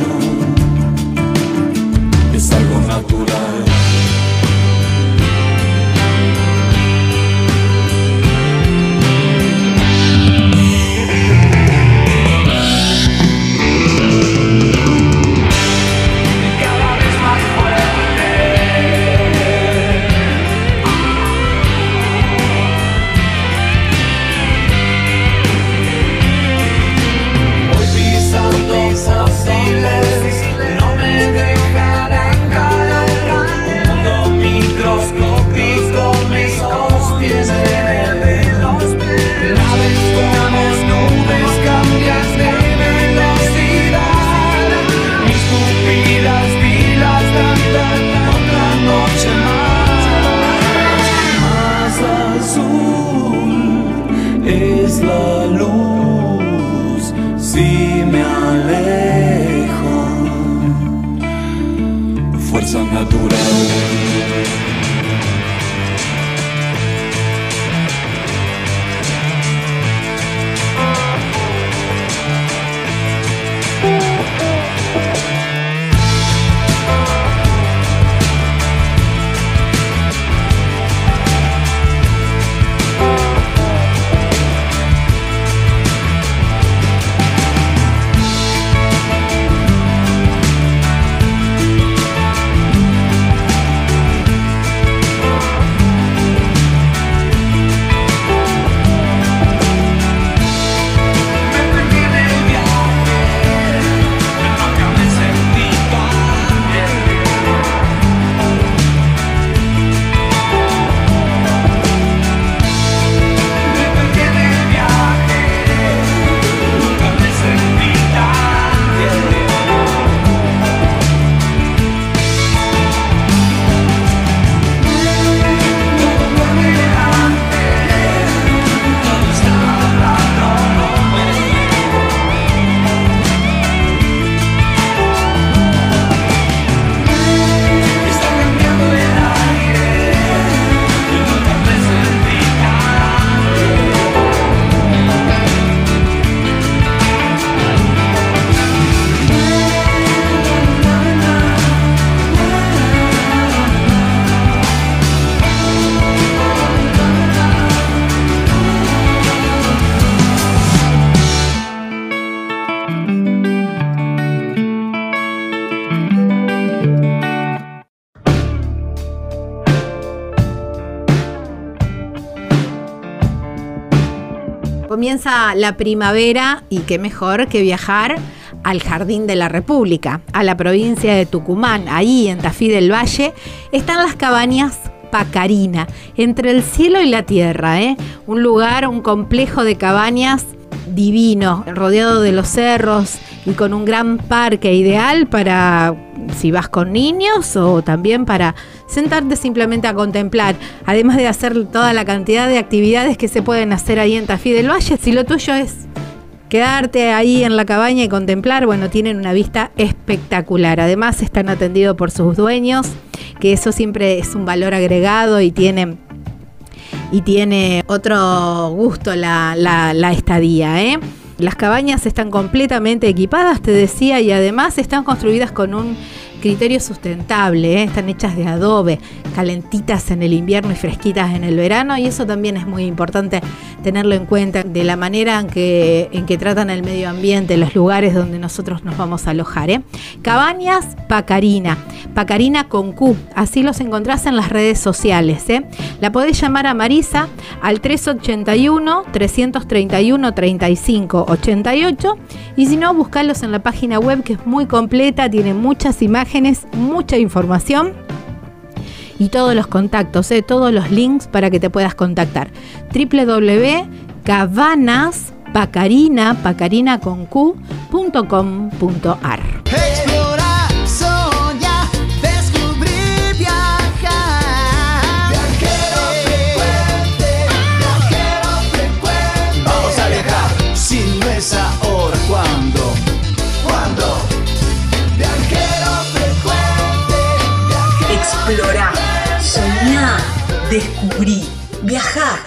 comienza la primavera y qué mejor que viajar al Jardín de la República, a la provincia de Tucumán. Ahí en Tafí del Valle están las cabañas Pacarina, entre el cielo y la tierra, ¿eh? Un lugar, un complejo de cabañas divino, rodeado de los cerros y con un gran parque ideal para si vas con niños o también para sentarte simplemente a contemplar, además de hacer toda la cantidad de actividades que se pueden hacer ahí en Tafí del Valle. Si lo tuyo es quedarte ahí en la cabaña y contemplar, bueno, tienen una vista espectacular. Además están atendidos por sus dueños, que eso siempre es un valor agregado y tiene, y tiene otro gusto la, la, la estadía, ¿eh? Las cabañas están completamente equipadas, te decía, y además están construidas con un criterio sustentable, ¿eh? Están hechas de adobe, calentitas en el invierno y fresquitas en el verano, y eso también es muy importante tenerlo en cuenta, de la manera en que, en que tratan el medio ambiente, los lugares donde nosotros nos vamos a alojar, ¿eh? Cabañas Pacarina, Pacarina con Q, así los encontrás en las redes sociales, ¿eh? La podés llamar a Marisa al tres ochenta y uno, trescientos treinta y uno, treinta y cinco, ochenta y ocho, y si no, buscarlos en la página web, que es muy completa, tiene muchas imágenes, mucha información y todos los contactos, ¿eh? Todos los links para que te puedas contactar. doble u doble u doble u punto cabanas pacarina, pacarina con Q, punto com punto a r. Explorar, soñar, descubrir, viajar. Viajero frecuente, viajero frecuente. Vamos a viajar, si no es ahora, ¿cuándo? ¿Cuándo? Viajero frecuente, viajero Explorar, soñar, descubrir, viajar.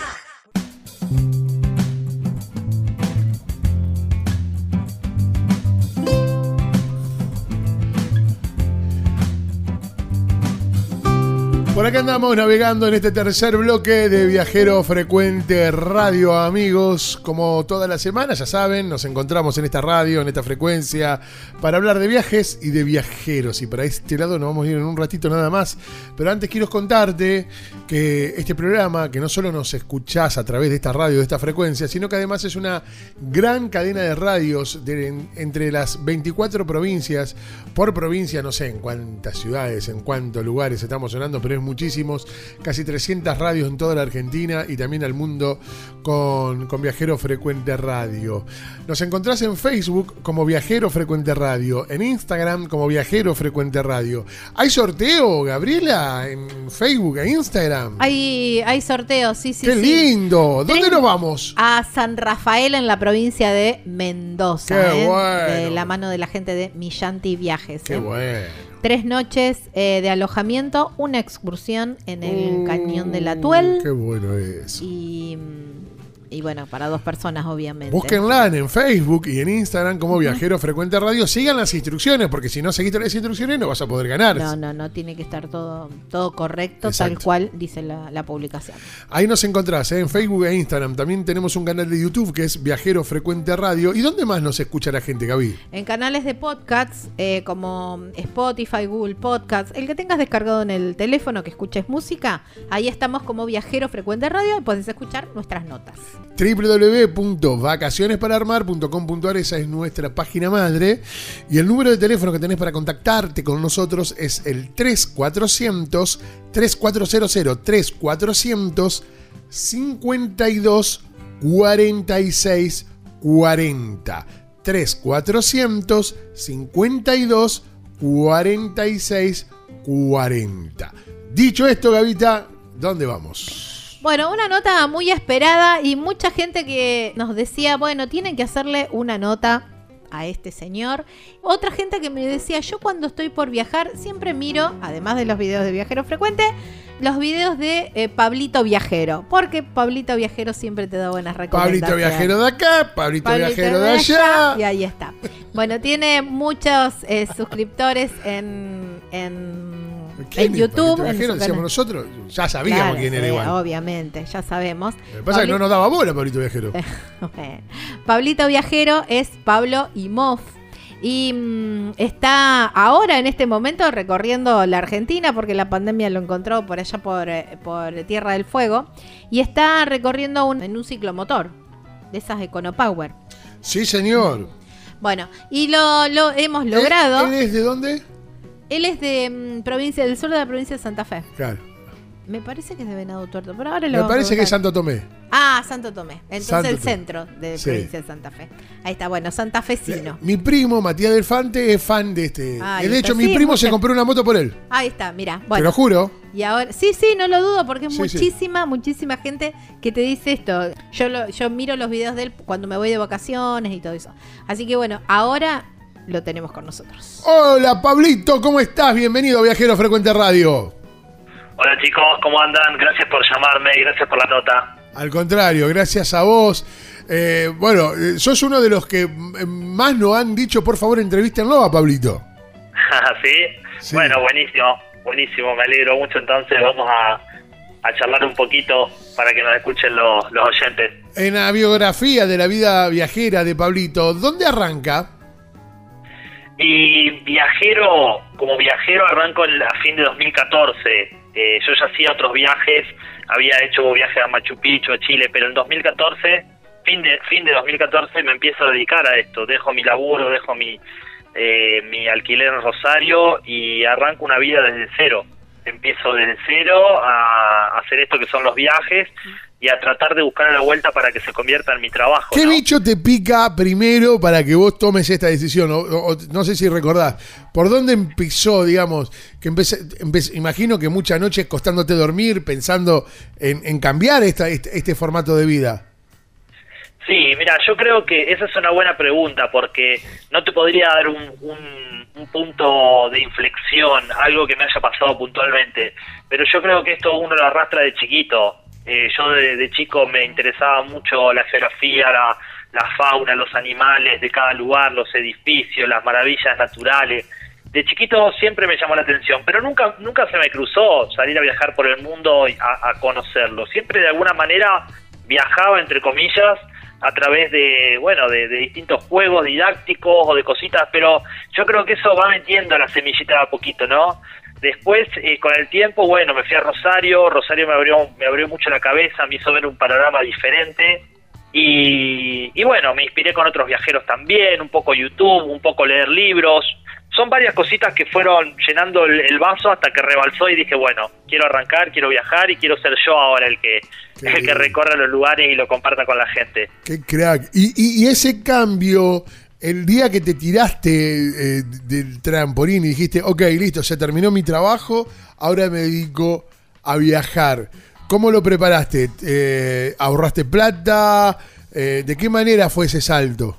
Por acá andamos navegando en este tercer bloque de Viajero Frecuente Radio, amigos. Como toda la semana, ya saben, nos encontramos en esta radio, en esta frecuencia, para hablar de viajes y de viajeros. Y para este lado nos vamos a ir en un ratito nada más. Pero antes quiero contarte que este programa, que no solo nos escuchás a través de esta radio, de esta frecuencia, sino que además es una gran cadena de radios de, en, entre las veinticuatro provincias. Por provincia, no sé en cuántas ciudades, en cuántos lugares estamos sonando, pero es muchísimos, casi trescientas radios en toda la Argentina y también al mundo con, con Viajero Frecuente Radio. Nos encontrás en Facebook como Viajero Frecuente Radio, en Instagram como Viajero Frecuente Radio. ¿Hay sorteo, Gabriela, en Facebook e Instagram? Hay, hay sorteos, sí, sí. ¡Qué sí. lindo! ¿Dónde Tres, nos vamos? A San Rafael, en la provincia de Mendoza. ¡Qué ¿eh? bueno! De la mano de la gente de Millanti Viajes. ¡Qué ¿eh? bueno! Tres noches eh, de alojamiento, una excursión en el uh, Cañón del Atuel. ¡Qué bueno es! Y, y bueno, para dos personas, obviamente. Búsquenla en Facebook y en Instagram como uh-huh. Viajero Frecuente Radio. Sigan las instrucciones, porque si no seguiste las instrucciones no vas a poder ganar. No, no, no, tiene que estar todo, todo correcto, exacto, tal cual dice la, la publicación. Ahí nos encontrás, ¿eh? En Facebook e Instagram. También tenemos un canal de YouTube que es Viajero Frecuente Radio. ¿Y dónde más nos escucha la gente, Gaby? En canales de podcasts eh, como Spotify, Google Podcasts, el que tengas descargado en el teléfono que escuches música, ahí estamos como Viajero Frecuente Radio y podés escuchar nuestras notas. doble u doble u doble u punto vacaciones para armar punto com punto a r, esa es nuestra página madre. Y el número de teléfono que tenés para contactarte con nosotros es el tres cuatrocientos, tres cuatro cero cero, tres cuatrocientos, cincuenta y dos, cuarenta y seis, cuarenta. tres cuatrocientos, cincuenta y dos, cuarenta y seis, cuarenta. Dicho esto, Gavita, ¿dónde vamos? Bueno, una nota muy esperada y mucha gente que nos decía, bueno, tienen que hacerle una nota a este señor. Otra gente que me decía, yo cuando estoy por viajar siempre miro, además de los videos de Viajero Frecuente, los videos de eh, Pablito Viajero, porque Pablito Viajero siempre te da buenas recomendaciones. Pablito Viajero de acá, Pablito, Pablito Viajero de, de allá. Y ahí está. Bueno, tiene muchos eh, suscriptores en... en en YouTube. Viajero, en decíamos nosotros, ya sabíamos claro, quién era sí, igual. Obviamente, ya sabemos. Lo que pasa es que no nos daba bola Pablito Viajero. Pablito Viajero es Pablo Imhoff y mmm, está ahora en este momento recorriendo la Argentina porque la pandemia lo encontró por allá por, por Tierra del Fuego y está recorriendo un, en un ciclomotor. de esas EconoPower. Sí, señor. Bueno, y lo, lo hemos logrado. ¿Él, él es de dónde? Él es de mm, provincia del sur de la provincia de Santa Fe. Claro. Me parece que es de Venado Tuerto, pero ahora lo Me vamos parece a que es Santo Tomé. Ah, Santo Tomé. Entonces Santo el Tomé. centro de Sí. provincia de Santa Fe. Ahí está, bueno, santafesino. Mi primo, Matías del Fante, es fan de este. Ahí de hecho, está. mi Sí, primo mucha- se compró una moto por él. Ahí está, mira. Te Bueno, lo juro. y ahora, sí, sí, no lo dudo, porque es Sí, sí. muchísima, muchísima gente que te dice esto. Yo lo, yo miro los videos de él cuando me voy de vacaciones y todo eso. Así que bueno, ahora lo tenemos con nosotros. Hola, Pablito, ¿cómo estás? Bienvenido a Viajero Frecuente Radio. Hola chicos, ¿cómo andan? Gracias por llamarme y gracias por la nota. Al contrario, gracias a vos. Eh, bueno, eh, sos uno de los que eh, más nos han dicho, por favor, entrevístenlo a Pablito. ¿Sí? Sí. Bueno, buenísimo, buenísimo, me alegro mucho. Entonces vamos a, a charlar un poquito para que nos escuchen los, los oyentes. En la biografía de la vida viajera de Pablito, ¿dónde arranca? Y viajero, como viajero arranco en- a fin de dos mil catorce. Eh, yo ya hacía otros viajes, había hecho viajes a Machu Picchu, a Chile, pero en dos mil catorce, fin de fin de dos mil catorce, me empiezo a dedicar a esto. Dejo mi laburo, dejo mi eh, mi alquiler en Rosario y arranco una vida desde cero. Empiezo desde cero a hacer esto que son los viajes y a tratar de buscar la vuelta para que se convierta en mi trabajo. ¿Qué ¿no? bicho te pica primero para que vos tomes esta decisión? O, o- o no sé si recordás, ¿por dónde empezó, digamos? Que empecé, empecé- imagino que muchas noches costándote dormir, pensando en, en cambiar esta, este, este formato de vida. Sí, mira, yo creo que esa es una buena pregunta porque no te podría dar un, un, un punto de inflexión, algo que me haya pasado puntualmente, pero yo creo que esto uno lo arrastra de chiquito. Eh, yo de, de chico me interesaba mucho la geografía, la, la fauna, los animales de cada lugar, los edificios, las maravillas naturales. De chiquito siempre me llamó la atención, pero nunca nunca se me cruzó salir a viajar por el mundo y a, a conocerlo. Siempre de alguna manera viajaba, entre comillas, a través de, bueno, de, de distintos juegos didácticos o de cositas, pero yo creo que eso va metiendo la semillita de a poquito, ¿no? Después, eh, con el tiempo, bueno, me fui a Rosario, Rosario me abrió, me abrió mucho la cabeza, me hizo ver un panorama diferente, y, y bueno, me inspiré con otros viajeros también, un poco YouTube, un poco leer libros. Son varias cositas que fueron llenando el, el vaso hasta que rebalsó y dije, bueno, quiero arrancar, quiero viajar y quiero ser yo ahora el que el que recorra los lugares y lo comparta con la gente. Qué crack. Y, y, y ese cambio, el día que te tiraste eh, del trampolín y dijiste, ok, listo, se terminó mi trabajo, ahora me dedico a viajar. ¿Cómo lo preparaste? Eh, ¿Ahorraste plata? Eh, ¿De qué manera fue ese salto?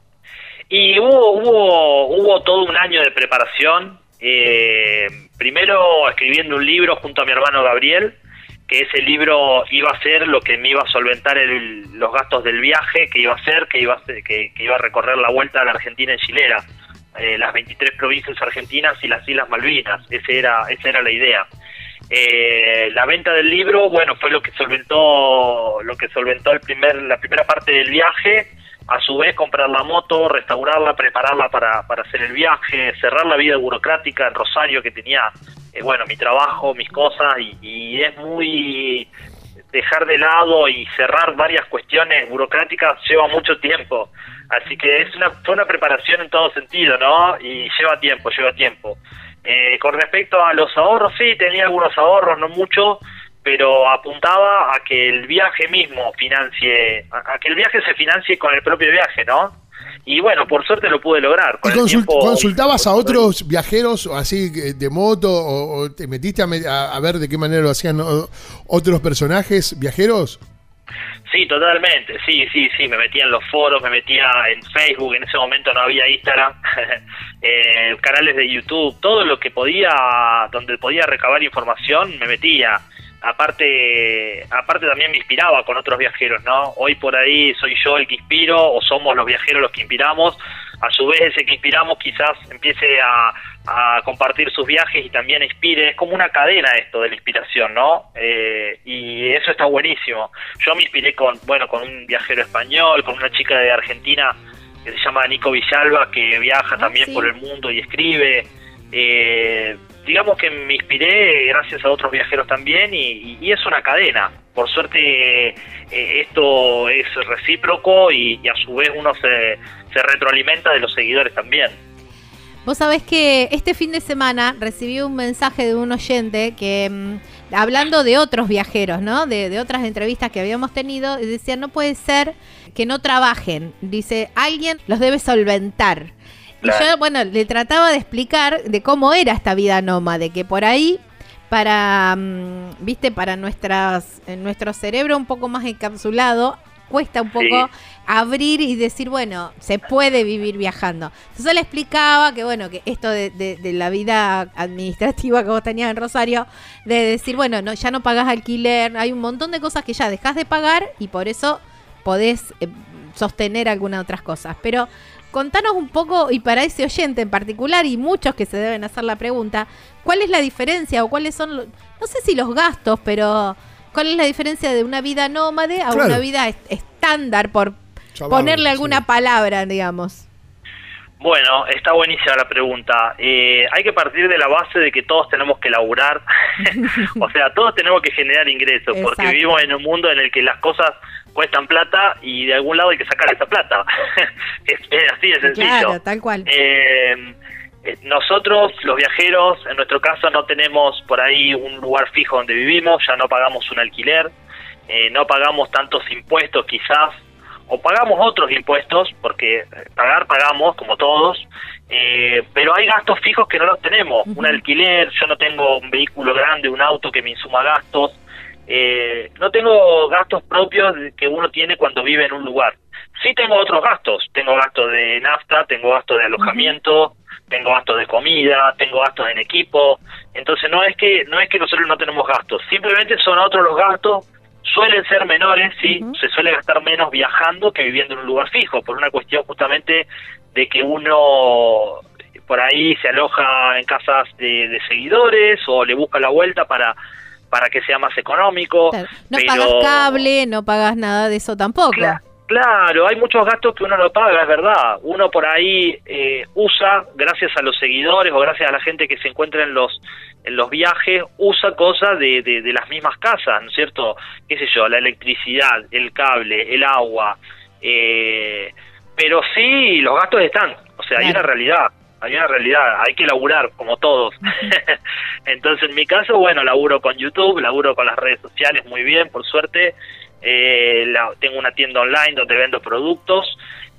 Y hubo, hubo, hubo todo un año de preparación, eh, primero escribiendo un libro junto a mi hermano Gabriel, que ese libro iba a ser lo que me iba a solventar el, los gastos del viaje, que iba a hacer, que iba a, ser, que, que iba a recorrer la vuelta a la Argentina en hilera, eh, las veintitrés provincias argentinas y las Islas Malvinas. Ese era, esa era la idea. Eh, la venta del libro, bueno, fue lo que solventó, lo que solventó el primer, la primera parte del viaje. A su vez, comprar la moto, restaurarla, prepararla para, para hacer el viaje, cerrar la vida burocrática en Rosario, que tenía, eh, bueno, mi trabajo, mis cosas, y, y es muy... dejar de lado y cerrar varias cuestiones burocráticas lleva mucho tiempo. Así que es una, fue una preparación en todo sentido, ¿no? Y lleva tiempo, lleva tiempo. Eh, con respecto a los ahorros, sí, tenía algunos ahorros, no mucho, pero apuntaba a que el viaje mismo financie, a, a que el viaje se financie con el propio viaje, ¿no? Y bueno, por suerte lo pude lograr. Con ¿Y el consult- tiempo, consultabas a otros viajeros así eh, de moto o, o te metiste a, me- a- a ver de qué manera lo hacían o- otros personajes viajeros? Sí, totalmente, sí, sí, sí, me metía en los foros, me metía en Facebook, en ese momento no había Instagram, eh, canales de YouTube, todo lo que podía, donde podía recabar información, me metía. Aparte, aparte también me inspiraba con otros viajeros, ¿no? Hoy por ahí soy yo el que inspiro, o somos los viajeros los que inspiramos. A su vez, ese que inspiramos quizás empiece a, a compartir sus viajes y también inspire. Es como una cadena esto de la inspiración, ¿no? Eh, y eso está buenísimo. Yo me inspiré con, bueno, con un viajero español, con una chica de Argentina que se llama Nico Villalba, que viaja Ah, también sí. por el mundo y escribe. Eh, digamos que me inspiré gracias a otros viajeros también y, y, y es una cadena, por suerte eh, esto es recíproco y, y a su vez uno se, se retroalimenta de los seguidores también. Vos sabés que este fin de semana recibí un mensaje de un oyente que, mmm, hablando de otros viajeros, ¿no? De, de otras entrevistas que habíamos tenido, decía, no puede ser que no trabajen. Dice, alguien los debe solventar. Claro. Y yo, bueno, le trataba de explicar de cómo era esta vida nómade, que por ahí, para, um, viste, para nuestras, nuestro cerebro un poco más encapsulado, cuesta un poco sí. abrir y decir, bueno, se puede vivir viajando. Entonces le explicaba que, bueno, que esto de, de, de la vida administrativa que vos tenías en Rosario, de decir, bueno, no, ya no pagás alquiler, hay un montón de cosas que ya dejás de pagar y por eso podés eh, sostener algunas otras cosas. Pero contanos un poco, y para ese oyente en particular, y muchos que se deben hacer la pregunta, ¿cuál es la diferencia o cuáles son, los, no sé si los gastos, pero ¿cuál es la diferencia de una vida nómade a claro. una vida est- estándar, por Chabal, ponerle alguna sí. palabra, digamos? Bueno, está buenísima la pregunta. Eh, hay que partir de la base de que todos tenemos que laburar, o sea, todos tenemos que generar ingresos, Exacto. porque vivimos en un mundo en el que las cosas cuestan plata y de algún lado hay que sacar esa plata. es, es así de sencillo. Claro, tal cual. Eh, Nosotros, los viajeros, en nuestro caso no tenemos por ahí un lugar fijo donde vivimos, ya no pagamos un alquiler, eh, no pagamos tantos impuestos quizás, o pagamos otros impuestos, porque pagar pagamos, como todos, eh, pero hay gastos fijos que no los tenemos, uh-huh. un alquiler, yo no tengo un vehículo grande, un auto que me insuma gastos, eh, no tengo gastos propios que uno tiene cuando vive en un lugar. Sí tengo otros gastos, tengo gastos de nafta, tengo gastos de alojamiento, uh-huh. tengo gastos de comida, tengo gastos en equipo, entonces no es que no es que nosotros no tenemos gastos, simplemente son otros los gastos, suelen ser menores, sí, uh-huh. se suele gastar menos viajando que viviendo en un lugar fijo, por una cuestión justamente de que uno por ahí se aloja en casas de, de seguidores o le busca la vuelta para para que sea más económico. Claro. No pero... pagas cable, no pagas nada de eso tampoco. Claro. Claro, hay muchos gastos que uno no paga, es verdad. Uno por ahí eh, usa, gracias a los seguidores o gracias a la gente que se encuentra en los en los viajes, usa cosas de, de, de las mismas casas, ¿no es cierto? Qué sé yo, la electricidad, el cable, el agua. Eh, pero sí, los gastos están. O sea, claro. hay una realidad. Hay una realidad, hay que laburar, como todos. Entonces, en mi caso, bueno, laburo con YouTube, laburo con las redes sociales muy bien, por suerte. Eh, la, tengo una tienda online donde vendo productos.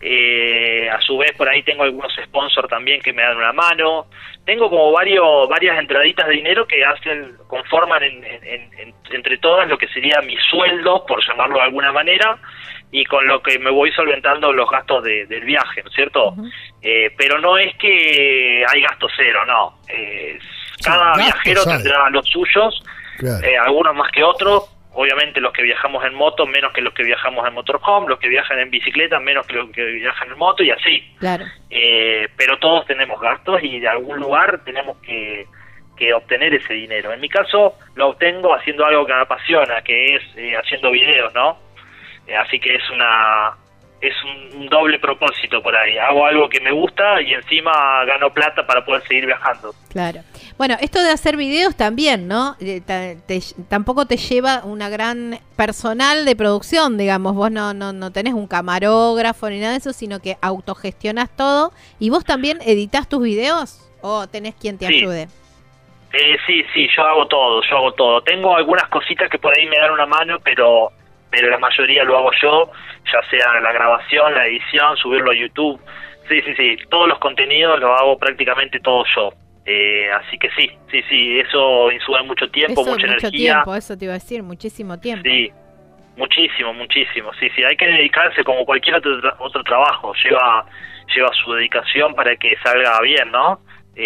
Eh, a su vez, por ahí tengo algunos sponsors también que me dan una mano. Tengo como varios varias entraditas de dinero que hacen conforman en, en, en, entre todas lo que sería mi sueldo, por llamarlo de alguna manera, y con lo que me voy solventando los gastos de, del viaje, ¿no es cierto? Uh-huh. Eh, pero no es que hay gasto cero, no. Eh, cada sí, viajero gastos, tendrá los suyos, claro. eh, algunos más que otros. Obviamente los que viajamos en moto menos que los que viajamos en motorhome, los que viajan en bicicleta menos que los que viajan en moto y así. Claro. Eh, pero todos tenemos gastos y de algún lugar tenemos que, que obtener ese dinero. En mi caso lo obtengo haciendo algo que me apasiona, que es eh, haciendo videos, ¿no? Eh, así que es una es un, un doble propósito por ahí. Hago algo que me gusta y encima gano plata para poder seguir viajando. Claro. Bueno, esto de hacer videos también, ¿no? Te, te, tampoco te lleva una gran personal de producción, digamos. Vos no, no, no tenés un camarógrafo ni nada de eso, sino que autogestionás todo. ¿Y vos también editás tus videos o tenés quien te sí. ayude? Eh, sí, sí, yo hago todo, yo hago todo. Tengo algunas cositas que por ahí me dan una mano, pero... pero la mayoría lo hago yo, ya sea la grabación, la edición, subirlo a YouTube. Sí, sí, sí, todos los contenidos los hago prácticamente todo yo. Eh, así que sí, sí, sí, eso insume mucho tiempo, eso mucha mucho energía. Tiempo, eso te iba a decir, muchísimo tiempo. Sí, muchísimo, muchísimo. Sí, sí, hay que dedicarse como cualquier otro, tra- otro trabajo. Lleva, lleva su dedicación para que salga bien, ¿no?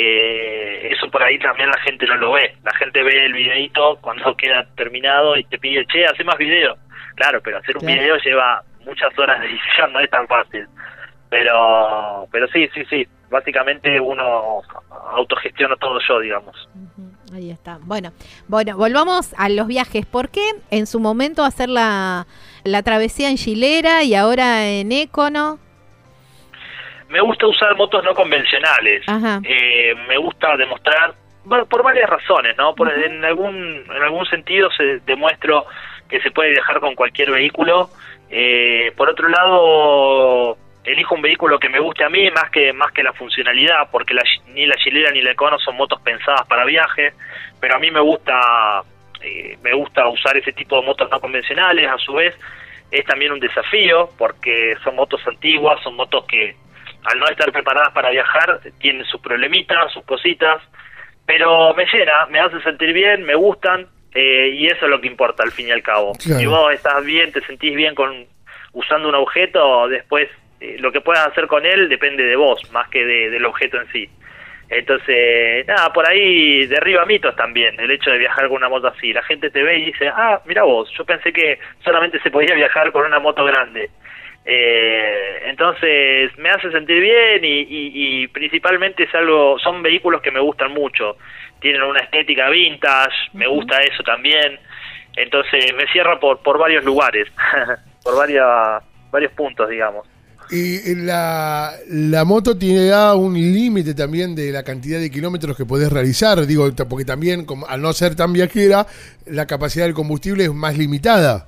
Eh, eso por ahí también la gente no lo ve. La gente ve el videito cuando queda terminado y te pide, che, hace más videos. Claro, pero hacer un claro. video lleva muchas horas de edición, no es tan fácil. Pero pero sí, sí, sí. Básicamente uno autogestiona todo yo, digamos. Uh-huh. Ahí está. Bueno, bueno, volvamos a los viajes. ¿Por qué en su momento hacer la, la travesía en Gilera y ahora en Écono? Me gusta usar motos no convencionales. Eh, me gusta demostrar, bueno, por varias razones, ¿no? Por, uh-huh. en algún en algún sentido se demuestro que se puede viajar con cualquier vehículo. Eh, por otro lado, elijo un vehículo que me guste a mí más que más que la funcionalidad, porque la, ni la Gilera ni la Econo son motos pensadas para viaje, pero a mí me gusta eh, me gusta usar ese tipo de motos no convencionales. A su vez es también un desafío porque son motos antiguas, son motos que al no estar preparadas para viajar tienen sus problemitas, sus cositas, pero me llena, me hace sentir bien, me gustan, eh, y eso es lo que importa al fin y al cabo. Claro. Si vos estás bien, te sentís bien con usando un objeto, después eh, lo que puedas hacer con él depende de vos, más que de, del objeto en sí. Entonces, nada, por ahí derriba mitos también, el hecho de viajar con una moto así. La gente te ve y dice, ah, mira vos, yo pensé que solamente se podía viajar con una moto grande. Eh, entonces me hace sentir bien y, y, y principalmente es algo, son vehículos que me gustan mucho, tienen una estética vintage, me gusta eso también, entonces me cierra por, por varios lugares, por varias, varios puntos, digamos. Y la, la moto tiene ya un límite también de la cantidad de kilómetros que podés realizar, digo, porque también como, al no ser tan viajera, la capacidad del combustible es más limitada.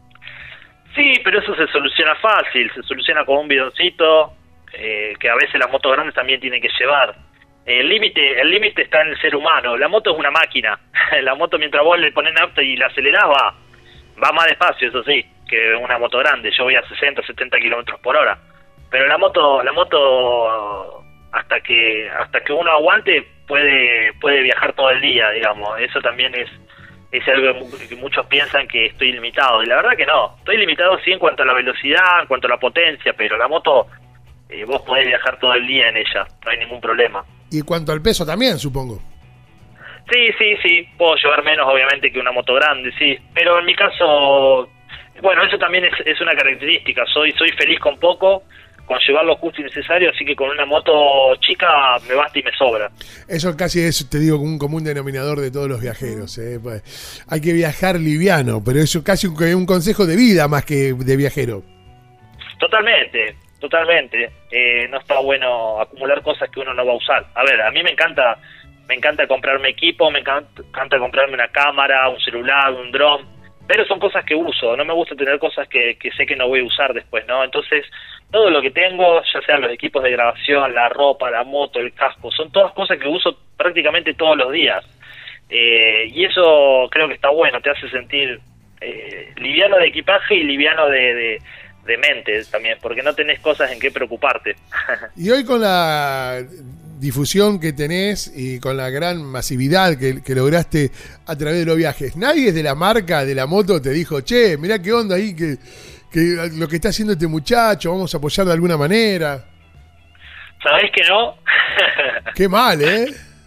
Sí, pero eso se soluciona fácil, se soluciona con un bidoncito, eh, que a veces las motos grandes también tienen que llevar. El límite el límite está en el ser humano, la moto es una máquina, la moto mientras vos le pones nafta y la acelerás va, va más despacio, eso sí, que una moto grande, yo voy a sesenta, setenta kilómetros por hora, pero la moto, la moto hasta que hasta que uno aguante puede puede viajar todo el día, digamos, eso también es es algo que muchos piensan que estoy limitado, y la verdad que no, estoy limitado sí en cuanto a la velocidad, en cuanto a la potencia, pero la moto eh, vos podés viajar todo el día en ella, no hay ningún problema. Y en cuanto al peso también, supongo. Sí, sí, sí, puedo llevar menos obviamente que una moto grande, sí, pero en mi caso, bueno, eso también es, es una característica, soy soy feliz con poco, con llevar lo justo y necesario, así que con una moto chica me basta y me sobra. Eso casi es, te digo, un común denominador de todos los viajeros, ¿eh? Pues, hay que viajar liviano, pero eso casi un, un consejo de vida más que de viajero. Totalmente, totalmente. Eh, no está bueno acumular cosas que uno no va a usar. A ver, a mí me encanta, me encanta comprarme equipo, me encanta, encanta comprarme una cámara, un celular, un dron, pero son cosas que uso, no me gusta tener cosas que, que sé que no voy a usar después, ¿no? Entonces, todo lo que tengo, ya sean los equipos de grabación, la ropa, la moto, el casco, son todas cosas que uso prácticamente todos los días. Eh, y eso creo que está bueno, te hace sentir eh, liviano de equipaje y liviano de, de, de mente también, porque no tenés cosas en qué preocuparte. Y hoy con la difusión que tenés y con la gran masividad que, que lograste a través de los viajes, nadie de la marca de la moto te dijo, che, mirá qué onda ahí, que, que lo que está haciendo este muchacho, vamos a apoyar de alguna manera? ¿Sabés que no? Qué mal, ¿eh?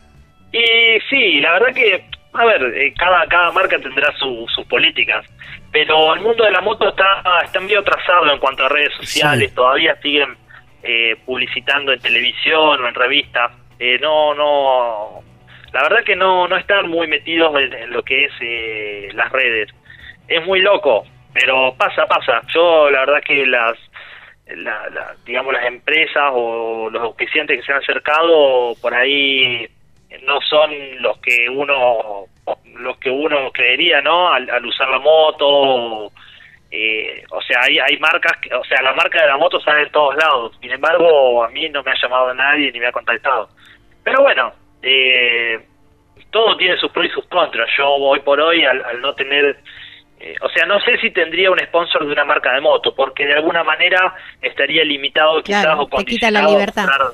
Y sí, la verdad que, a ver, eh, cada cada marca tendrá su, sus políticas, pero el mundo de la moto está, está medio atrasado en cuanto a redes sociales, sí. Todavía siguen eh, publicitando en televisión o en revistas, eh, no, no, la verdad que no, no están muy metidos en, en lo que es eh, las redes, es muy loco, pero pasa, pasa, yo la verdad que las, la, la, digamos las empresas o los auspiciantes que se han acercado por ahí no son los que uno los que uno creería, ¿no? Al, al usar la moto, eh, o sea, hay hay marcas, que, o sea, la marca de la moto sale en todos lados. Sin embargo, a mí no me ha llamado nadie ni me ha contactado. Pero bueno, eh, todo tiene sus pros y sus contras. Yo hoy por hoy, al, al no tener, eh, o sea, no sé si tendría un sponsor de una marca de moto, porque de alguna manera estaría limitado, quizás, claro, o te quita la libertad. Claro.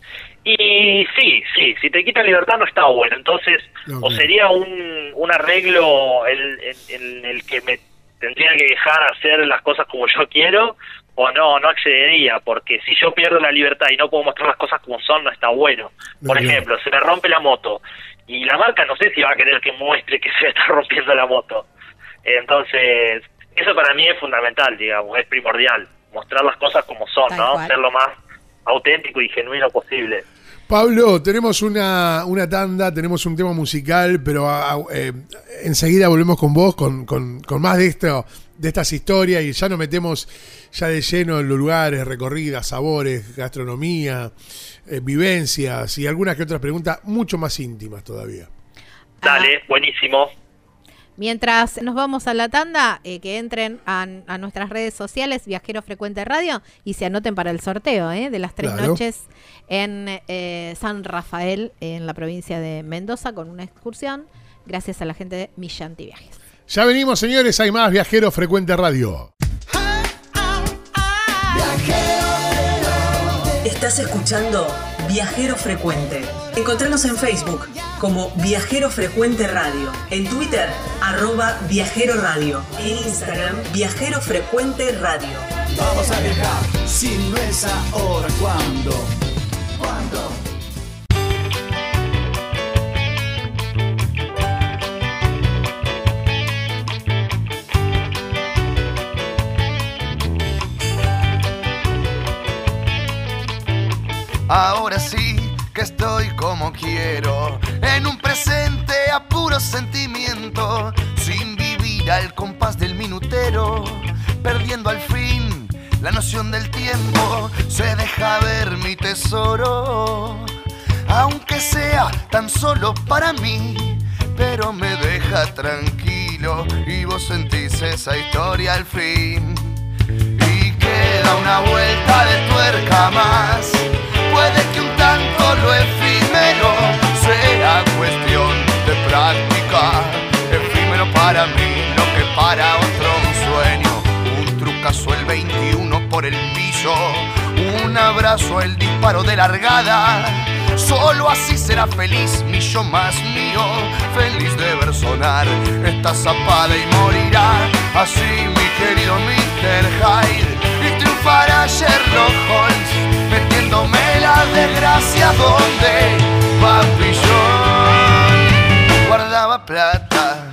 Y sí, sí, si te quita libertad no está bueno, entonces okay. O sería un, un arreglo en, en, en el que me tendría que dejar hacer las cosas como yo quiero, o no, no accedería, porque si yo pierdo la libertad y no puedo mostrar las cosas como son, no está bueno. Por okay. ejemplo, se me rompe la moto, y la marca no sé si va a querer que muestre que se está rompiendo la moto. Entonces, eso para mí es fundamental, digamos, es primordial, mostrar las cosas como son, Tal ¿no? cual. Ser lo más auténtico y genuino posible. Pablo, tenemos una, una tanda, tenemos un tema musical, pero a, eh, enseguida volvemos con vos, con, con, con más de esto, de estas historias, y ya nos metemos ya de lleno en los lugares, recorridas, sabores, gastronomía, eh, vivencias y algunas que otras preguntas mucho más íntimas todavía. Dale, buenísimo. Mientras nos vamos a la tanda, eh, que entren a, a nuestras redes sociales, Viajero Frecuente Radio, y se anoten para el sorteo eh, de las tres claro. noches en eh, San Rafael, en la provincia de Mendoza, con una excursión, gracias a la gente de Millanti Viajes. Ya venimos, señores, hay más Viajero Frecuente Radio. Estás escuchando Viajero Frecuente. Encontranos en Facebook como Viajero Frecuente Radio, en Twitter, arroba Viajero Radio, en Instagram, Viajero Frecuente Radio. Vamos a viajar, si no es ahora, ¿cuándo? ¿Cuándo? Ahora sí que estoy como quiero, en un presente a puro sentimiento, sin vivir al compás del minutero, perdiendo al fin la noción del tiempo. Se deja ver mi tesoro, aunque sea tan solo para mí, pero me deja tranquilo y vos sentís esa historia al fin. Y queda una vuelta de tuerca más. Puede que un tanto lo efímero sea cuestión de práctica. Efímero para mí, lo que para otro un sueño. Un trucazo el veintiuno por el piso, un abrazo el disparo de largada. Solo así será feliz mi yo más mío, feliz de ver sonar esta zapada y morirá así mi querido mister Hyde. Y triunfará Sherlock Holmes, metiéndome la desgracia donde Papillón guardaba plata.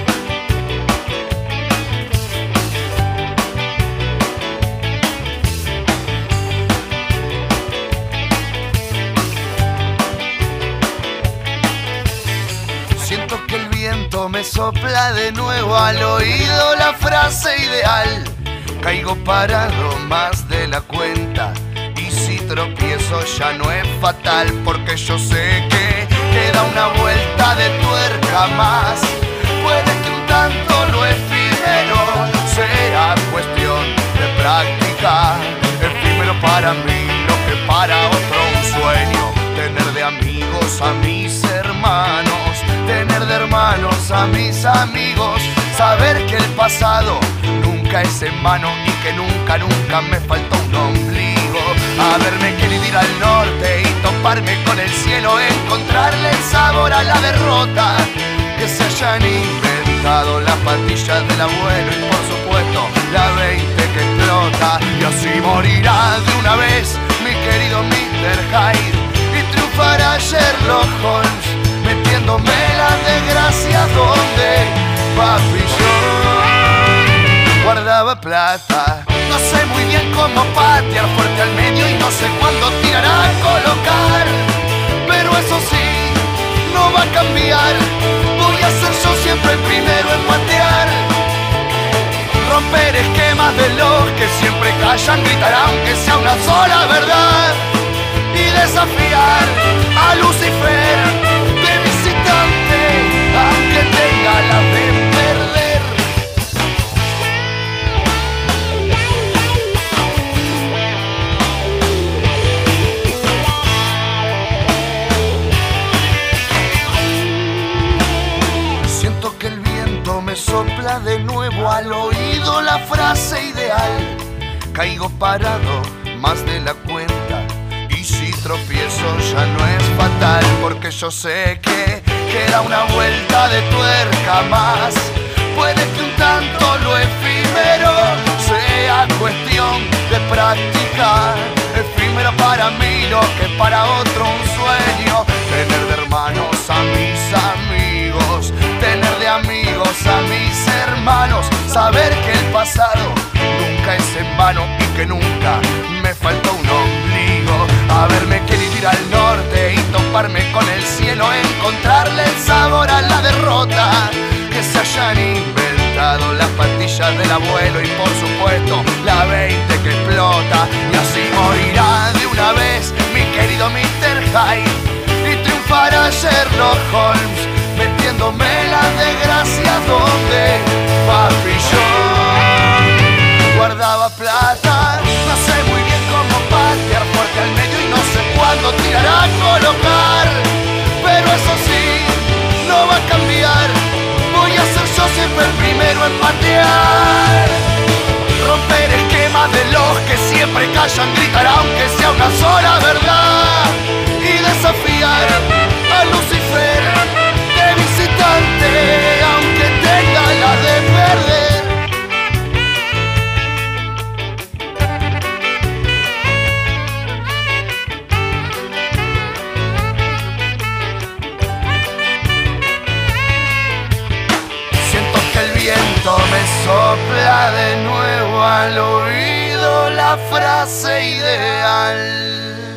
Siento que el viento me sopla de nuevo al oído la frase ideal. Caigo parado más de la cuenta, y si tropiezo ya no es fatal, porque yo sé que queda una vuelta de tuerca más. Puede que un tanto lo efímero sea cuestión de práctica. Efímero para mí, lo que para otro un sueño. Tener de amigos a mis hermanos, tener de hermanos a mis amigos. Saber que el pasado nunca es en vano y que nunca, nunca me faltó un ombligo. Haberme querido ir al norte y toparme con el cielo, encontrarle el sabor a la derrota. Que se hayan inventado las pastillas del abuelo y por supuesto la veinte que explota. Y así morirá de una vez mi querido mister Hyde, y triunfará Sherlock Holmes, metiéndome la desgracia donde Papillón guardaba plata. No sé muy bien cómo patear fuerte al medio y no sé cuándo tirar a colocar, pero eso sí, no va a cambiar. Voy a ser yo siempre el primero en patear, romper esquemas de los que siempre callan, gritar aunque sea una sola verdad y desafiar a Lucifer de visitante, aunque tenga la de perder. Siento que el viento me sopla de nuevo al oído la frase ideal. Caigo parado más de la cuenta, y si tropiezo ya no es fatal, porque yo sé que queda una vuelta de tuerca más. Puede que un tanto lo efímero sea cuestión de práctica. Efímero para mí, lo que para otro un sueño. Tener de hermanos a mis amigos, tener de amigos a mis hermanos. Saber que el pasado nunca es en vano y que nunca me faltó un ombligo. Haberme querido ir al norte y toparme con el cielo, encontrarle el sabor a la derrota. Que se hayan inventado las pastillas del abuelo y por supuesto la veinte que explota. Y así morirá de una vez mi querido mister Hyde, y triunfará Sherlock Holmes. escondiéndome la desgracia donde papi yo guardaba plata. No sé muy bien cómo patear fuerte al medio y no sé cuándo tirar a colocar, pero eso sí, no va a cambiar. Voy a ser yo siempre el primero en patear. Romper esquemas de los que siempre callan, gritar aunque sea una sola verdad y desafiar a Lucifer de visitante aunque tenga la de perder. Siento que el viento me sopla de nuevo al oído la frase ideal.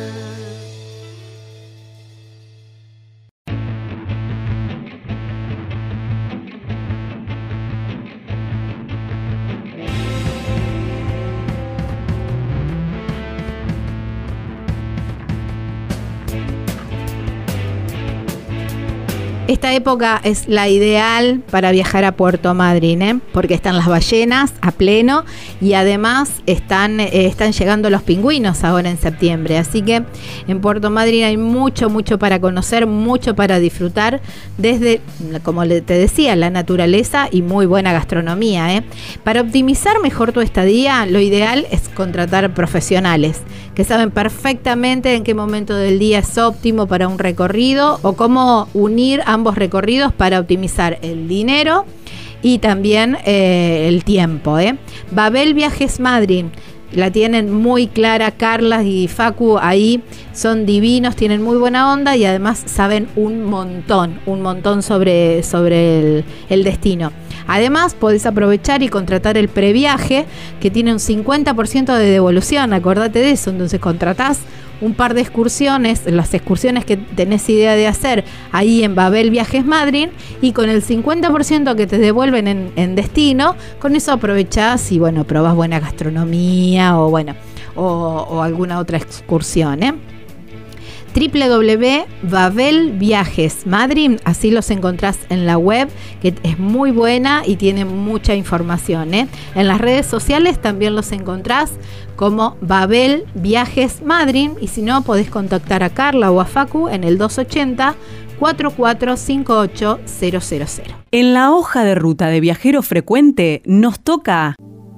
Esta época es la ideal para viajar a Puerto Madryn, ¿eh? Porque están las ballenas a pleno y además están, eh, están llegando los pingüinos ahora en septiembre. Así que en Puerto Madryn hay mucho, mucho para conocer, mucho para disfrutar, desde, como te decía, la naturaleza y muy buena gastronomía, ¿eh? Para optimizar mejor tu estadía, lo ideal es contratar profesionales que saben perfectamente en qué momento del día es óptimo para un recorrido o cómo unir ambos recorridos para optimizar el dinero y también eh, el tiempo, ¿eh? Babel Viajes Madryn, la tienen muy clara Carla y Facu, ahí son divinos, tienen muy buena onda y además saben un montón, un montón sobre, sobre el, el destino. Además, podés aprovechar y contratar el previaje, que tiene un cincuenta por ciento de devolución, acordate de eso. Entonces contratás un par de excursiones, las excursiones que tenés idea de hacer ahí en Babel Viajes Madryn, y con el cincuenta por ciento que te devuelven en, en destino, con eso aprovechás y bueno, probás buena gastronomía o bueno, o, o alguna otra excursión, ¿eh? doble u doble u doble u punto babel viajes madryn, así los encontrás en la web, que es muy buena y tiene mucha información, ¿eh? En las redes sociales también los encontrás como Babel Viajes Madryn, y si no, podés contactar a Carla o a Facu en el dos ochenta, cuatro cuatro cinco ocho, cero cero cero. En la hoja de ruta de viajero frecuente nos toca...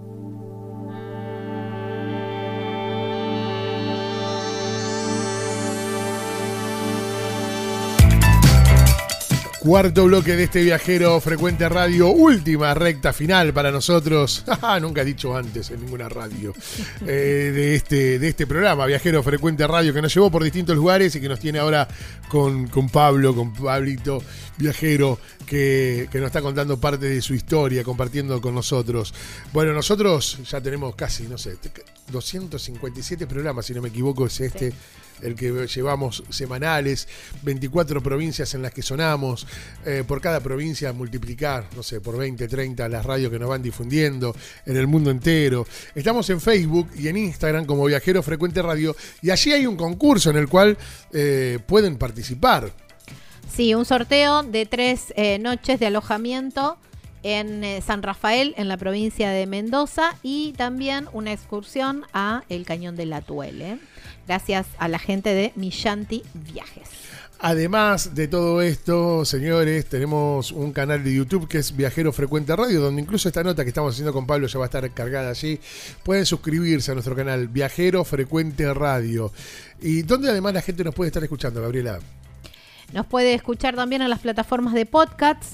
Cuarto bloque de este Viajero Frecuente Radio, última recta final para nosotros. Nunca he dicho antes en ninguna radio eh, de, este, de este programa, Viajero Frecuente Radio, que nos llevó por distintos lugares y que nos tiene ahora con, con Pablo, con Pablito Viajero, que, que nos está contando parte de su historia, compartiendo con nosotros. Bueno, nosotros ya tenemos casi, no sé, doscientos cincuenta y siete programas, si no me equivoco, es este. Sí. El que llevamos semanales, veinticuatro provincias en las que sonamos, eh, por cada provincia multiplicar, no sé, por veinte, treinta las radios que nos van difundiendo en el mundo entero. Estamos en Facebook y en Instagram como Viajero Frecuente Radio, y allí hay un concurso en el cual eh, pueden participar. Sí, un sorteo de tres eh, noches de alojamiento en eh, San Rafael, en la provincia de Mendoza, y también una excursión a el Cañón del Atuel, ¿eh? Gracias a la gente de Millanti Viajes. Además de todo esto, señores, tenemos un canal de YouTube que es Viajero Frecuente Radio, donde incluso esta nota que estamos haciendo con Pablo ya va a estar cargada allí. Pueden suscribirse a nuestro canal Viajero Frecuente Radio. Y donde además la gente nos puede estar escuchando, Gabriela. Nos puede escuchar también en las plataformas de podcasts.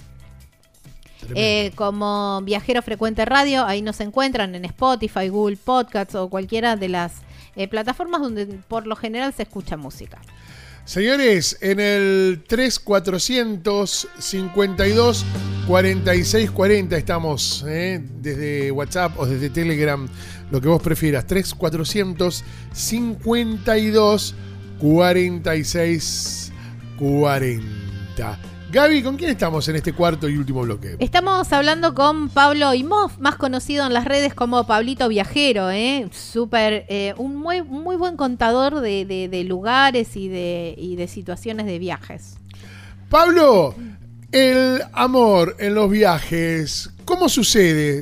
Eh, como Viajero Frecuente Radio, ahí nos encuentran en Spotify, Google Podcasts o cualquiera de las eh, plataformas donde por lo general se escucha música. Señores, en el tres cuatrocientos cincuenta y dos cuarenta y seis cuarenta estamos, ¿eh? Desde WhatsApp o desde Telegram, lo que vos prefieras. tres cuatrocientos cincuenta y dos cuarenta y seis cuarenta. Gaby, ¿con quién estamos en este cuarto y último bloque? Estamos hablando con Pablo Imhoff, más conocido en las redes como Pablito Viajero, ¿eh? Súper, eh, un muy, muy buen contador de, de, de lugares y de, y de situaciones de viajes. Pablo, El amor en los viajes, ¿cómo sucede?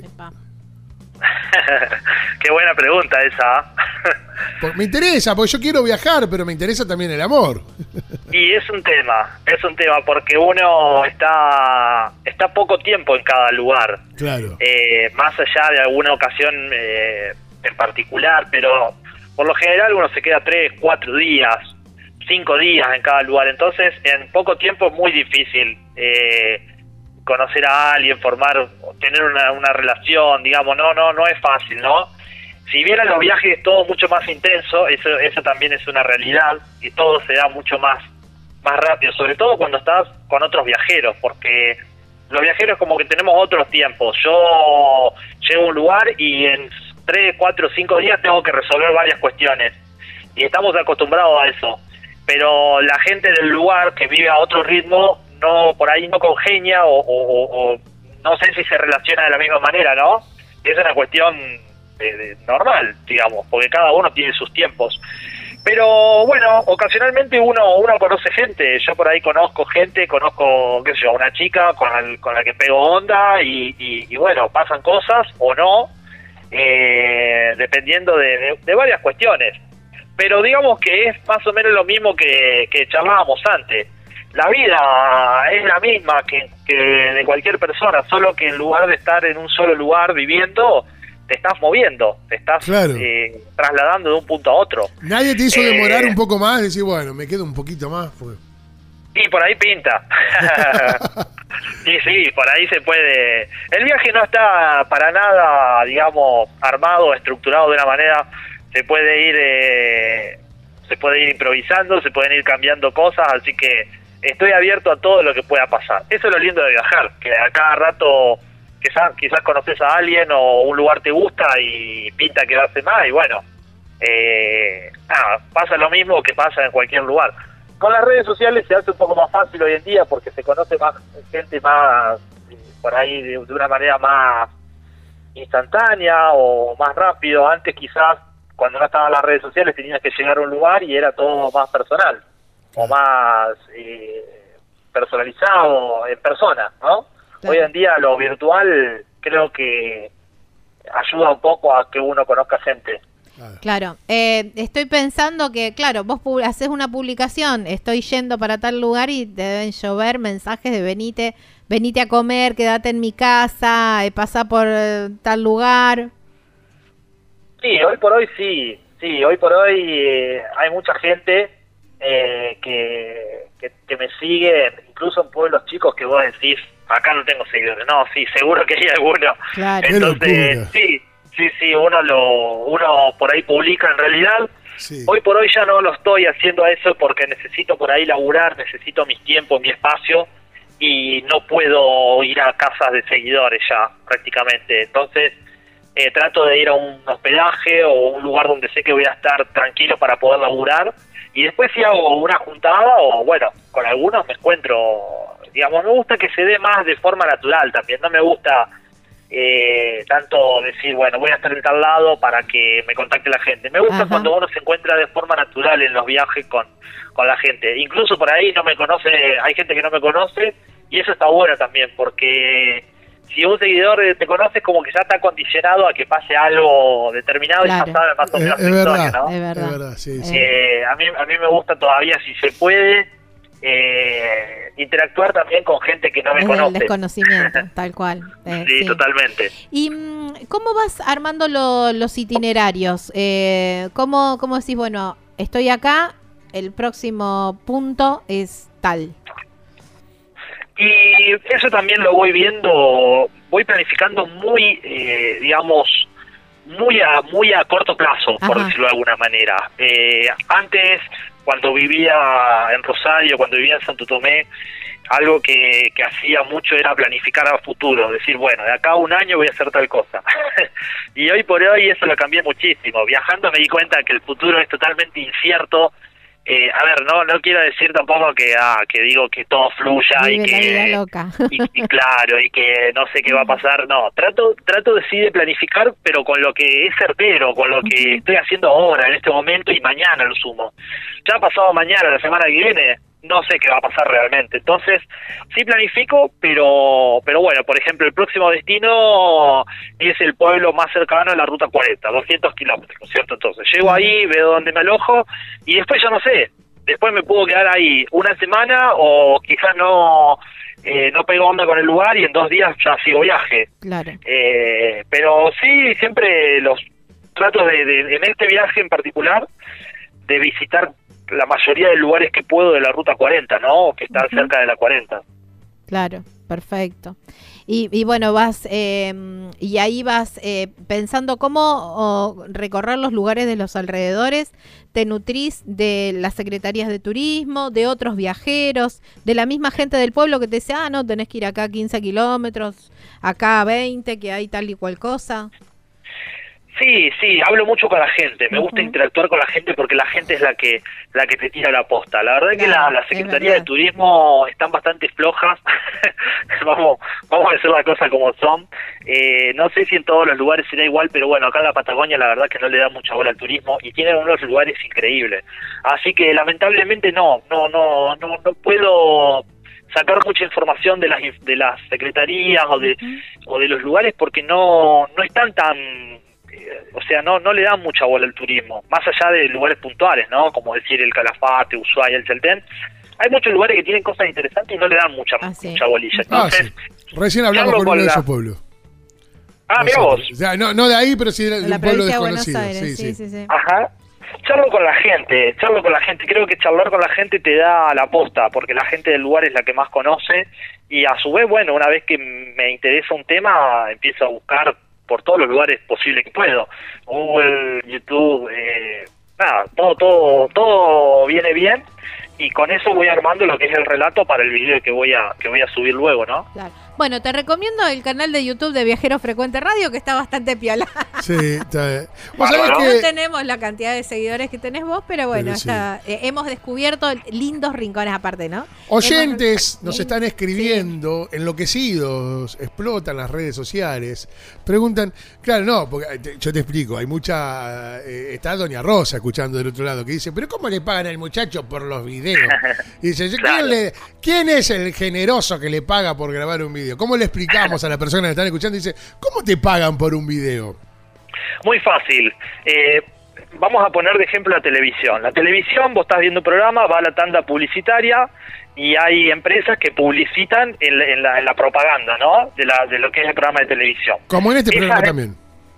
Qué buena pregunta esa. Pues me interesa, porque yo quiero viajar, pero me interesa también el amor. Y es un tema, es un tema, porque uno está está poco tiempo en cada lugar. Claro. Eh, más allá de alguna ocasión eh, en particular, pero por lo general uno se queda tres, cuatro días, cinco días en cada lugar. Entonces, en poco tiempo es muy difícil eh, conocer a alguien, formar, tener una, una relación, digamos, no, no, no es fácil, ¿no? Si bien en los viajes es todo mucho más intenso, eso, eso también es una realidad, y todo se da mucho más, más rápido, sobre todo cuando estás con otros viajeros, porque los viajeros como que tenemos otros tiempos. Yo llego a un lugar y en tres, cuatro, cinco días tengo que resolver varias cuestiones, y estamos acostumbrados a eso. Pero la gente del lugar que vive a otro ritmo, no por ahí no congenia o, o, o no sé si se relaciona de la misma manera, ¿no? Es una cuestión de, de normal, digamos, porque cada uno tiene sus tiempos. Pero bueno, ocasionalmente uno uno conoce gente. Yo por ahí conozco gente, conozco, qué sé yo, una chica con la, con la que pego onda y, y, y bueno, pasan cosas o no, eh, dependiendo de, de, de varias cuestiones. Pero digamos que es más o menos lo mismo que, que charlábamos antes. La vida es la misma que, que de cualquier persona, solo que en lugar de estar en un solo lugar viviendo, te estás moviendo, te estás Claro. eh, trasladando de un punto a otro. ¿Nadie te hizo Eh, demorar un poco más? Decir, bueno, me quedo un poquito más. Porque... Y por ahí pinta. Sí, sí, por ahí se puede. El viaje no está para nada, digamos, armado, estructurado de una manera. Se puede ir, eh, se puede ir improvisando, se pueden ir cambiando cosas, así que estoy abierto a todo lo que pueda pasar. Eso es lo lindo de viajar, que a cada rato quizás quizás conoces a alguien o un lugar te gusta y pinta quedarse más y bueno, eh, nada, pasa lo mismo que pasa en cualquier lugar. Con las redes sociales se hace un poco más fácil hoy en día porque se conoce más gente más, eh, por ahí de, de una manera más instantánea o más rápido. Antes quizás cuando no estaban las redes sociales tenías que llegar a un lugar y era todo más personal o más eh, personalizado en persona, ¿no? Claro. Hoy en día lo virtual creo que ayuda un poco a que uno conozca gente. Claro, eh, estoy pensando que, claro, vos pu- haces una publicación, estoy yendo para tal lugar y te deben llover mensajes de venite, venite a comer, quédate en mi casa, eh, pasá por eh, tal lugar. Sí, hoy por hoy sí, sí, hoy por hoy eh, hay mucha gente eh, que, que, que me sigue, incluso en pueblos chicos que vos decís, acá no tengo seguidores, no, sí, seguro que hay alguno. Claro. Entonces, sí, sí, sí, uno lo, uno por ahí publica en realidad. Sí. Hoy por hoy ya no lo estoy haciendo a eso porque necesito por ahí laburar, necesito mis tiempos, mi espacio y no puedo ir a casas de seguidores ya prácticamente. Entonces eh, trato de ir a un hospedaje o un lugar donde sé que voy a estar tranquilo para poder laburar y después si hago una juntada o bueno, con algunos me encuentro, digamos, me gusta que se dé más de forma natural también, no me gusta Eh, tanto decir, bueno, voy a estar en tal lado para que me contacte la gente. Me gusta Ajá. cuando uno se encuentra de forma natural en los viajes con, con la gente. Incluso por ahí no me conoce, hay gente que no me conoce y eso está bueno también, porque si un seguidor te conoce es como que ya está condicionado a que pase algo determinado claro. y ya sabe más o menos es, la es historia, verdad, ¿no? Es verdad. Es verdad, sí, sí. Eh, a mí a mí me gusta todavía, si se puede, eh, interactuar también con gente que no me es conoce. El desconocimiento, tal cual. Eh, sí, sí, totalmente. ¿Y cómo vas armando lo, los itinerarios? Eh, ¿cómo, ¿Cómo decís, bueno, estoy acá, el próximo punto es tal? Y eso también lo voy viendo, voy planificando muy, eh, digamos, muy a muy a corto plazo, Ajá. por decirlo de alguna manera. Eh, antes, cuando vivía en Rosario, cuando vivía en Santo Tomé, algo que, que hacía mucho era planificar a futuro, decir, bueno, de acá a un año voy a hacer tal cosa. Y hoy por hoy eso lo cambié muchísimo. Viajando me di cuenta que el futuro es totalmente incierto. Eh, a ver, no no quiero decir tampoco que ah, que digo que todo fluya Vive y que la vida loca. Y, y claro, y que no sé qué va a pasar. No, trato trato de sí de planificar, pero con lo que es certero, con lo que estoy haciendo ahora, en este momento y mañana lo sumo. Ya pasado mañana, la semana que viene, no sé qué va a pasar realmente. Entonces, sí planifico, pero pero bueno, por ejemplo, el próximo destino es el pueblo más cercano de la Ruta cuarenta, doscientos kilómetros, ¿cierto? Entonces, llego ahí, veo dónde me alojo, y después ya no sé. Después me puedo quedar ahí una semana, o quizás no... Eh, no pego onda con el lugar y en dos días ya sigo viaje. Claro. Eh, pero sí, siempre los trato de, de, en este viaje en particular, de visitar la mayoría de lugares que puedo de la Ruta cuarenta, ¿no? Que están uh-huh. cerca de la cuarenta. Claro, perfecto. Y, y bueno, vas, eh, y ahí vas eh, pensando cómo oh, recorrer los lugares de los alrededores. Te nutrís de las secretarías de turismo, de otros viajeros, de la misma gente del pueblo que te dice, ah, no, tenés que ir acá quince kilómetros, acá veinte, que hay tal y cual cosa. Sí, sí, hablo mucho con la gente, me uh-huh. gusta interactuar con la gente porque la gente es la que la que te tira la posta. La verdad es que la, la Secretaría de Turismo están bastante flojas, vamos vamos a decir las cosas como son. Eh, no sé si en todos los lugares será igual, pero bueno, acá en la Patagonia la verdad que no le da mucha bola al turismo y tienen unos lugares increíbles. Así que lamentablemente no, no, no, no, no puedo sacar mucha información de las de las secretarías o de uh-huh. o de los lugares porque no no están tan o sea, no no le dan mucha bola al turismo, más allá de lugares puntuales, ¿no? Como decir el Calafate, Ushuaia, el Chaltén. Hay muchos lugares que tienen cosas interesantes y no le dan mucha ah, sí. mucha bolilla. Entonces, ah, sí. Recién hablamos con, con uno la... de esos pueblos. Ah, mira vos. O sea, no, no de ahí, pero sí de, de un pueblo desconocido. Aires, sí, sí, sí. Sí, sí. Ajá. Charlo con la gente, charlo con la gente. Creo que charlar con la gente te da la posta, porque la gente del lugar es la que más conoce y a su vez, bueno, una vez que me interesa un tema, empiezo a buscar por todos los lugares posibles que puedo. Google, YouTube, eh, nada, todo, todo, todo viene bien y con eso voy armando lo que es el relato para el video que voy a, que voy a subir luego, ¿no? Claro. Bueno, te recomiendo el canal de YouTube de Viajero Frecuente Radio, que está bastante piola. Sí, está bien. ¿Vos sabés que... No tenemos la cantidad de seguidores que tenés vos, pero bueno, pero sí. está, eh, hemos descubierto lindos rincones aparte, ¿no? Oyentes hemos... nos están escribiendo, sí. enloquecidos, explotan las redes sociales, preguntan, claro, no, porque yo te explico, hay mucha, eh, está Doña Rosa escuchando del otro lado, que dice, pero ¿cómo le pagan al muchacho por los videos? Y dice, claro. ¿quién, le, ¿quién es el generoso que le paga por grabar un video? ¿Cómo le explicamos a las personas que están escuchando? Dice, ¿cómo te pagan por un video? Muy fácil. Eh, vamos a poner de ejemplo la televisión. La televisión, vos estás viendo un programa, va a la tanda publicitaria y hay empresas que publicitan en la, en la, en la propaganda, ¿no? De, la, de lo que es el programa de televisión. Como en este Esas programa em- también.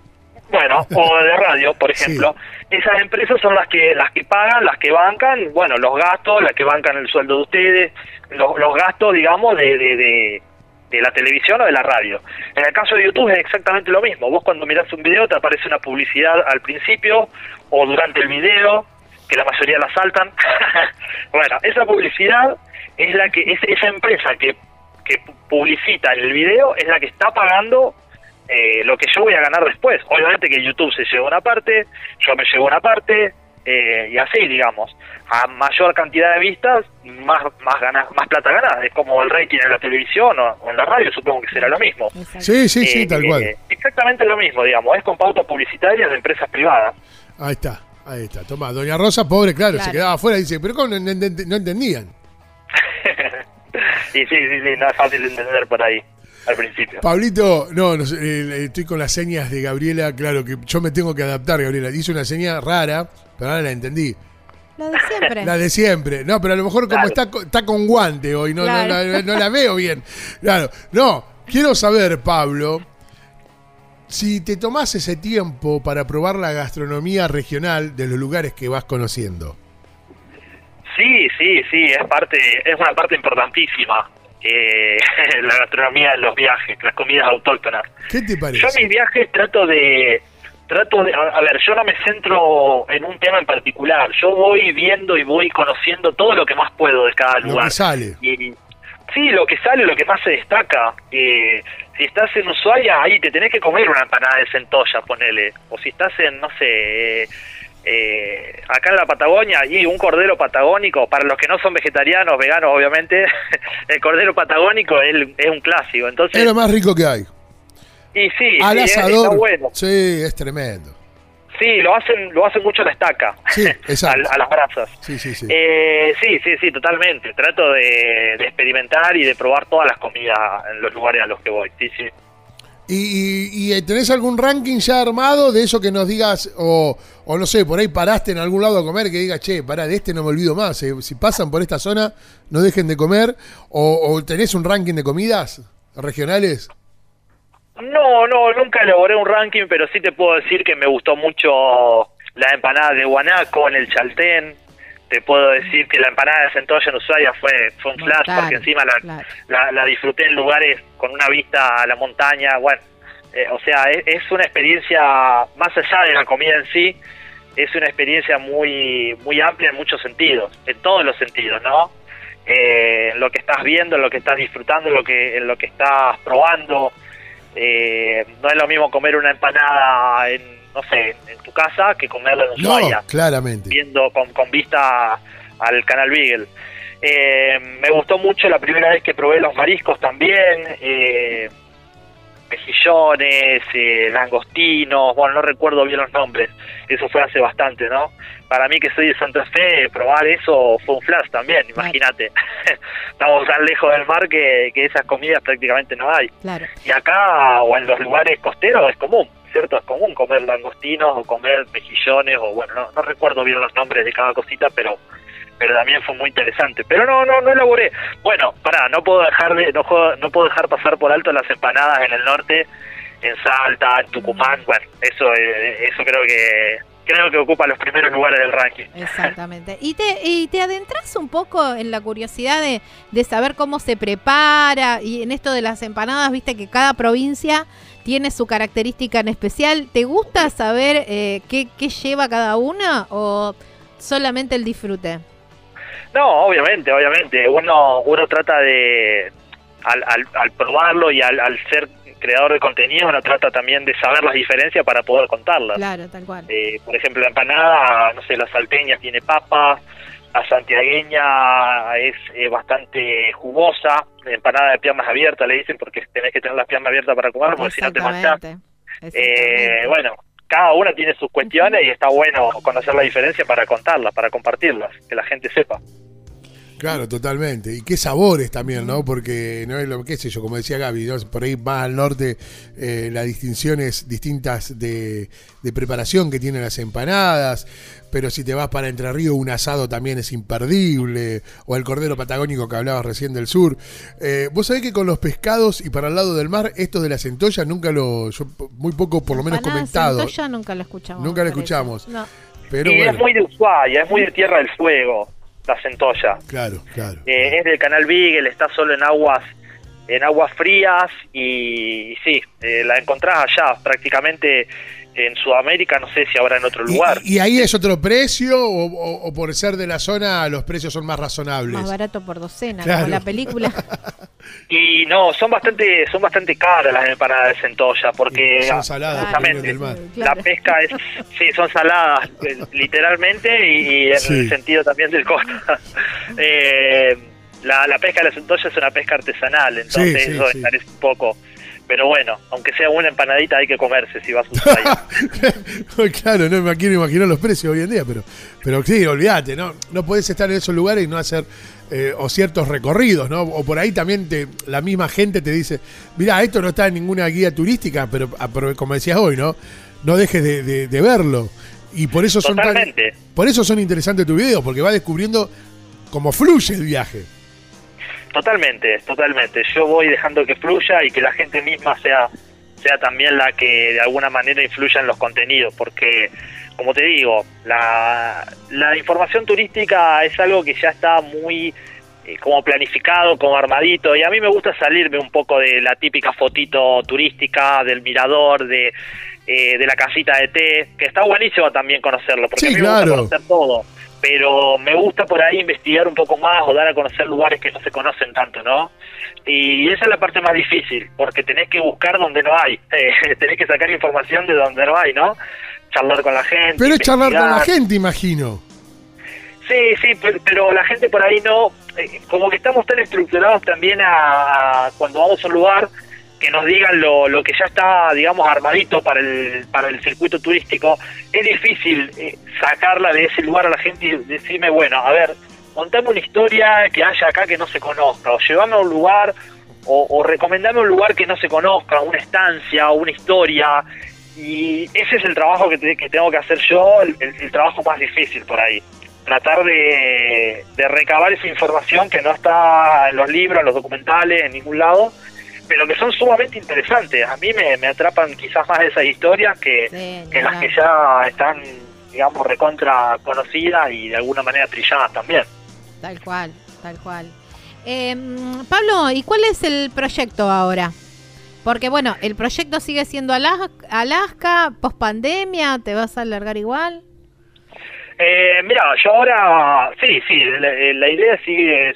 Bueno, o de radio, por ejemplo. Sí. Esas empresas son las que las que pagan, las que bancan, bueno, los gastos, las que bancan el sueldo de ustedes, los, los gastos, digamos, de... de, de de la televisión o de la radio. En el caso de YouTube es exactamente lo mismo. Vos cuando mirás un video te aparece una publicidad al principio o durante el video, que la mayoría la saltan. Bueno, esa publicidad es la que es esa empresa que, que publicita el video es la que está pagando eh, lo que yo voy a ganar después. Obviamente que YouTube se lleva una parte, yo me llevo una parte, eh, y así, digamos. A mayor cantidad de vistas, más más ganas, más plata ganas. Es como el rating en la televisión o, o en la radio, supongo que será lo mismo. Sí, sí, sí, eh, tal cual. Eh, exactamente lo mismo, digamos. Es con pautas publicitarias de empresas privadas. Ahí está, ahí está. Toma, Doña Rosa, pobre, claro, claro. se quedaba afuera y dice, pero ¿cómo no, no, no entendían? sí, sí, sí, sí, no es fácil de entender por ahí. Al principio. Pablito, no, no eh, estoy con las señas de Gabriela, claro que yo me tengo que adaptar, Gabriela. Hizo una seña rara, pero ahora la entendí. La de siempre. La de siempre. No, pero a lo mejor como claro. está, está con guante hoy, no, claro. no, no, no la veo bien. Claro, no, quiero saber, Pablo, si te tomás ese tiempo para probar la gastronomía regional de los lugares que vas conociendo. Sí, sí, sí, es parte, es una parte importantísima. Eh, la gastronomía de los viajes, las comidas autóctonas. ¿Qué te parece? Yo en mis viajes trato de, trato de, a ver, yo no me centro en un tema en particular, yo voy viendo y voy conociendo todo lo que más puedo de cada lugar. Lo que sale. Y, sí, lo que sale, lo que más se destaca. Eh, si estás en Ushuaia, ahí te tenés que comer una empanada de centolla, ponele. O si estás en, no sé... Eh, Eh, acá en la Patagonia, y un cordero patagónico, para los que no son vegetarianos, veganos obviamente, el cordero patagónico es, es un clásico. Entonces, es lo más rico que hay. Y sí, al sí asador, está bueno. Sí, es tremendo. Sí, lo hacen lo hacen mucho a la estaca, sí, exacto. a, a las brasas. Sí, sí, sí. Eh, sí, sí, sí, totalmente. Trato de, de experimentar y de probar todas las comidas en los lugares a los que voy. Sí, sí. ¿Y, y, y tenés algún ranking ya armado de eso que nos digas, o, o no sé, por ahí paraste en algún lado a comer que digas, che, pará, de este no me olvido más, eh, si pasan por esta zona no dejen de comer, o, o tenés un ranking de comidas regionales? No, no, nunca elaboré un ranking, pero sí te puedo decir que me gustó mucho la empanada de Guanaco en el Chaltén. Te puedo decir que la empanada de Centolla en Ushuaia fue, fue un flash, Claro, porque encima la, claro. la, la disfruté en lugares con una vista a la montaña. Bueno, eh, o sea, es, es una experiencia, más allá de la comida en sí, es una experiencia muy muy amplia en muchos sentidos, en todos los sentidos, ¿no? Eh, en lo que estás viendo, en lo que estás disfrutando, en lo que, en lo que estás probando. Eh, no es lo mismo comer una empanada en, no sé, en tu casa que comerla en Ushuaia. No, claramente. Viendo con, con vista al canal Beagle. Eh, me gustó mucho la primera vez que probé los mariscos también. Eh, mejillones, eh, langostinos, bueno, no recuerdo bien los nombres. Eso fue hace bastante, ¿no? Para mí, que soy de Santa Fe, probar eso fue un flash también, imagínate. Estamos tan lejos del mar que, que esas comidas prácticamente no hay. Claro. Y acá, o en los lugares costeros, es común, ¿cierto? Es común comer langostinos o comer mejillones, o bueno, no, no recuerdo bien los nombres de cada cosita, pero pero también fue muy interesante. Pero no, no, no elaboré. Bueno, pará, no puedo dejar de, no, puedo- no puedo dejar pasar por alto las empanadas en el norte, en Salta, en Tucumán. Bueno, eso, eh, eso creo que creo que ocupa los primeros lugares del ranking. Exactamente. Y te, y te adentras un poco en la curiosidad de, de saber cómo se prepara, y en esto de las empanadas, viste que cada provincia tiene su característica en especial. ¿Te gusta saber eh, qué, qué lleva cada una, o solamente el disfrute? No, obviamente, obviamente. Uno uno trata de, al, al, al probarlo y al, al ser creador de contenido, uno trata también de saber las diferencias para poder contarlas. Claro, tal cual. Eh, por ejemplo, la empanada, no sé, la salteña tiene papa, la santiagueña es eh, bastante jugosa, la empanada de piernas abiertas le dicen, porque tenés que tener las piernas abiertas para comer, porque si no te manchás. Eh, bueno, cada una tiene sus cuestiones y está bueno conocer la diferencia para contarlas, para compartirlas, que la gente sepa. Claro, totalmente. Y qué sabores también, ¿no? Porque no es lo, qué sé yo, como decía Gaby, ¿no? Por ahí más al norte, eh, las distinciones distintas de, de preparación que tienen las empanadas, pero si te vas para Entre Ríos, un asado también es imperdible, o el cordero patagónico que hablabas recién del sur. Eh, vos sabés que con los pescados y para el lado del mar, esto de la centolla nunca lo, yo muy poco por lo menos comentado. Centolla nunca lo escuchamos. Nunca lo por escuchamos. eso. No. Pero y bueno. es muy de Ushuaia, es muy de Tierra del Fuego, la centolla. Claro, claro. Eh, es del canal Beagle, está solo en aguas en aguas frías y, y sí, eh, la encontrás allá prácticamente en Sudamérica, no sé si habrá en otro lugar. ¿Y, y ahí es otro precio o, o- o por ser de la zona los precios son más razonables? Más barato por docena, Claro. como la película. Y no, son bastante son bastante caras las empanadas de centolla, porque Son saladas, justamente vienen del mar. la pesca es, sí, son saladas, eh, literalmente, y, y en Sí. el sentido también del costo. eh, la, la pesca de la centolla es una pesca artesanal, entonces Sí, sí, eso sí. encarece un poco. Pero bueno, aunque sea una empanadita hay que comerse si vas a Ushuaia. Claro, no me quiero imaginar los precios hoy en día, pero, pero sí, olvídate, ¿no? No podés estar en esos lugares y no hacer eh, o ciertos recorridos, ¿no? O por ahí también te, la misma gente te dice, mirá, esto no está en ninguna guía turística, pero, ah, pero como decías hoy, ¿no? No dejes de, de- de verlo. Y por eso son tan, Totalmente. por eso son interesantes tus videos, porque vas descubriendo cómo fluye el viaje. Totalmente, totalmente. Yo voy dejando que fluya y que la gente misma sea sea también la que de alguna manera influya en los contenidos, porque, como te digo, la, la información turística es algo que ya está muy eh, como planificado, como armadito, y a mí me gusta salirme un poco de la típica fotito turística, del mirador, de, eh, de la casita de té, que está buenísimo también conocerlo, porque Sí, a mí claro. me gusta conocer todo. Pero me gusta por ahí investigar un poco más o dar a conocer lugares que no se conocen tanto, ¿no? Y esa es la parte más difícil, porque tenés que buscar donde no hay, eh, tenés que sacar información de donde no hay, ¿no? Charlar con la gente. Pero es charlar con la investigar. gente, imagino. Sí, sí, pero, pero la gente por ahí no, eh, como que estamos tan estructurados también a, a cuando vamos a un lugar, que que nos digan lo, lo que ya está, digamos, armadito para el para el circuito turístico, es difícil eh, sacarla de ese lugar a la gente y decirme, bueno, a ver, montame una historia que haya acá que no se conozca, o llevame a un lugar, o, o recomendame un lugar que no se conozca, una estancia, una historia, y ese es el trabajo que, te, que tengo que hacer yo, el, el, el trabajo más difícil por ahí. Tratar de, de recabar esa información que no está en los libros, en los documentales, en ningún lado, pero que son sumamente interesantes. A mí me, me atrapan quizás más esas historias que, sí, que las que ya están, digamos, recontra conocidas y de alguna manera trilladas también. Tal cual, tal cual. Eh, Pablo, ¿y cuál es el proyecto ahora? Porque bueno, el proyecto sigue siendo Alaska, Alaska post pandemia, ¿te vas a alargar igual? Eh, mira, yo ahora, sí, sí, la, la idea sigue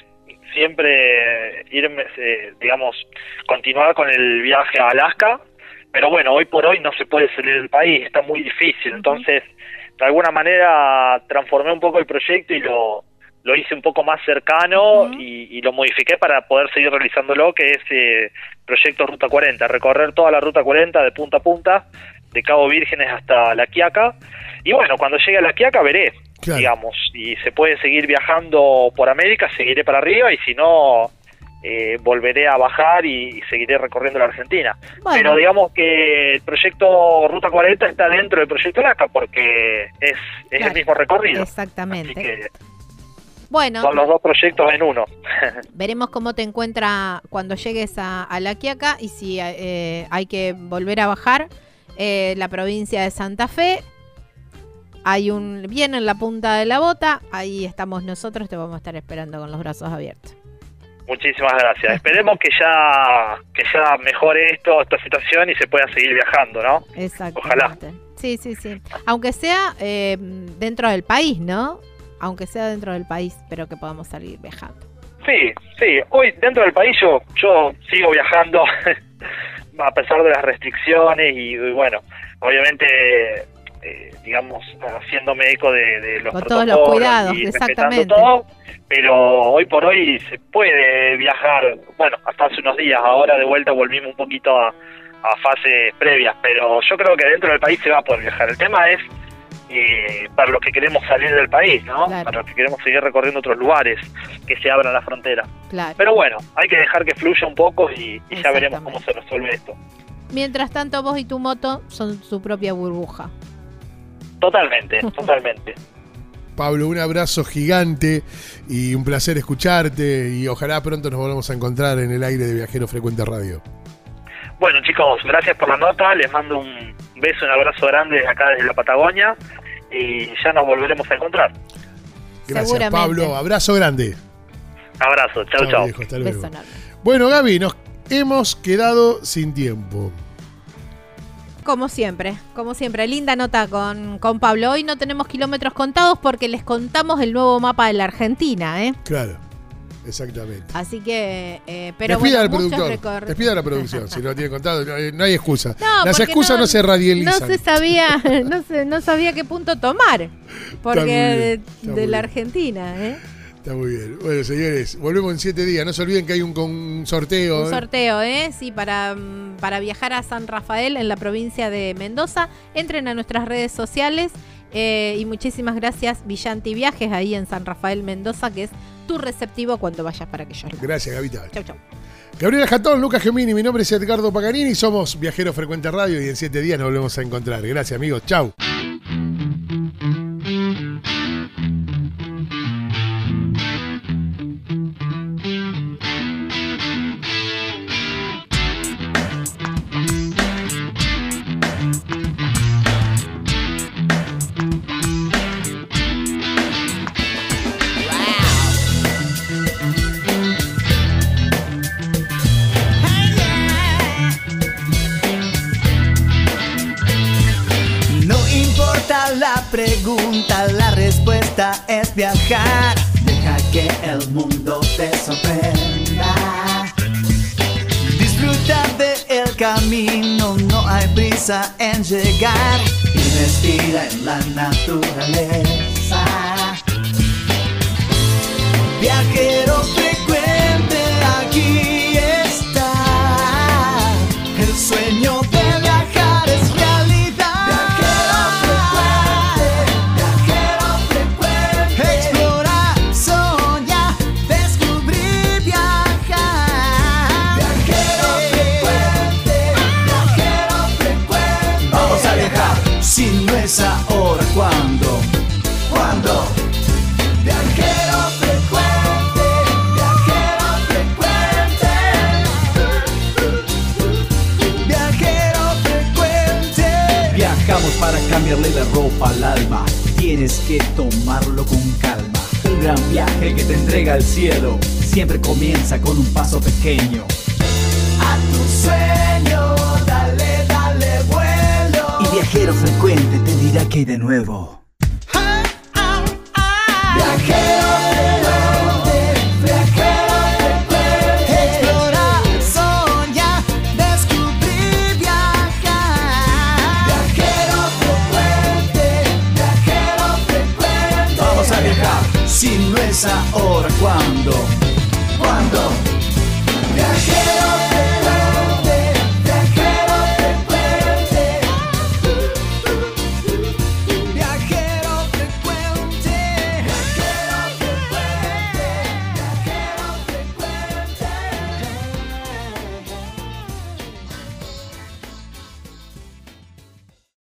siempre irme, eh, digamos, continuar con el viaje a Alaska, pero bueno, hoy por hoy no se puede salir del país, está muy difícil, entonces de alguna manera transformé un poco el proyecto y lo, lo hice un poco más cercano uh-huh. y, y lo modifiqué para poder seguir realizándolo, que es eh, proyecto Ruta cuarenta, recorrer toda la Ruta cuarenta de punta a punta, de Cabo Vírgenes hasta La Quiaca. Y bueno, cuando llegue a La Quiaca veré, claro. digamos, y se puede seguir viajando por América, seguiré para arriba, y si no, eh, volveré a bajar y, y seguiré recorriendo la Argentina. Bueno. Pero digamos que el proyecto Ruta cuarenta está dentro del proyecto Alaska, porque es, es claro. el mismo recorrido. Exactamente. Así que bueno, son los dos proyectos en uno. Veremos cómo te encuentra cuando llegues a, a La Quiaca, y si eh, hay que volver a bajar eh, la provincia de Santa Fe. Hay un bien en la punta de la bota, ahí estamos nosotros, te vamos a estar esperando con los brazos abiertos. Muchísimas gracias. Esperemos que ya que ya mejore esto, esta situación, y se pueda seguir viajando, ¿no? Exacto. Ojalá. Sí, sí, sí. Aunque sea eh, dentro del país, ¿no? Aunque sea dentro del país, pero que podamos salir viajando. Sí, sí. Hoy dentro del país yo, yo sigo viajando a pesar de las restricciones y, y bueno, obviamente... Eh, digamos, haciéndome eco de, de los con todos los cuidados, y exactamente. Todo, pero hoy por hoy se puede viajar, bueno, hasta hace unos días, ahora de vuelta volvimos un poquito a, a fases previas, pero yo creo que dentro del país se va a poder viajar. El tema es eh, para los que queremos salir del país, ¿no? Claro. Para los que queremos seguir recorriendo otros lugares, que se abran la frontera. Claro. Pero bueno, hay que dejar que fluya un poco y, y ya veremos cómo se resuelve esto. Mientras tanto, vos y tu moto son su propia burbuja. Totalmente, totalmente. Pablo, un abrazo gigante y un placer escucharte, y ojalá pronto nos volvamos a encontrar en el aire de Viajero Frecuente Radio. Bueno, chicos, gracias por la nota, les mando un beso, un abrazo grande desde acá, desde la Patagonia, y ya nos volveremos a encontrar. Gracias, Pablo, abrazo grande. Abrazo, chau, chau. Viejo, hasta luego. Bueno, Gaby, nos hemos quedado sin tiempo. Como siempre, como siempre, linda nota con, con Pablo. Hoy no tenemos kilómetros contados porque les contamos el nuevo mapa de la Argentina, ¿eh? Claro, exactamente. Así que, eh, pero despida bueno, al productor, recor... despida a la producción, si no tiene contado, no, no hay excusa. No, las excusas no, no se radializan. No se sabía, no se, no sabía qué punto tomar, porque de, de la Argentina, ¿eh? Está muy bien. Bueno, señores, volvemos en siete días. No se olviden que hay un, un sorteo. Un ¿eh? sorteo, ¿eh? Sí, para, para viajar a San Rafael en la provincia de Mendoza. Entren a nuestras redes sociales eh, y muchísimas gracias, Villanti Viajes, ahí en San Rafael, Mendoza, que es tu receptivo cuando vayas para aquellos lados. Gracias, Gavita. Chau, chau. Gabriela Jatón, Lucas Gemini, mi nombre es Edgardo Paganini, somos Viajero Frecuente Radio y en siete días nos volvemos a encontrar. Gracias, amigos. Chau. La pregunta, la respuesta es viajar. Deja que el mundo te sorprenda. Disfruta del camino, no hay prisa en llegar. Y respira en la naturaleza. Viajero frecuente, aquí está. Viajamos para cambiarle la ropa al alma. Tienes que tomarlo con calma. Un gran viaje que te entrega al cielo. Siempre comienza con un paso pequeño. A tu sueño, dale, dale vuelo. Y Viajero Frecuente te dirá que hay de nuevo.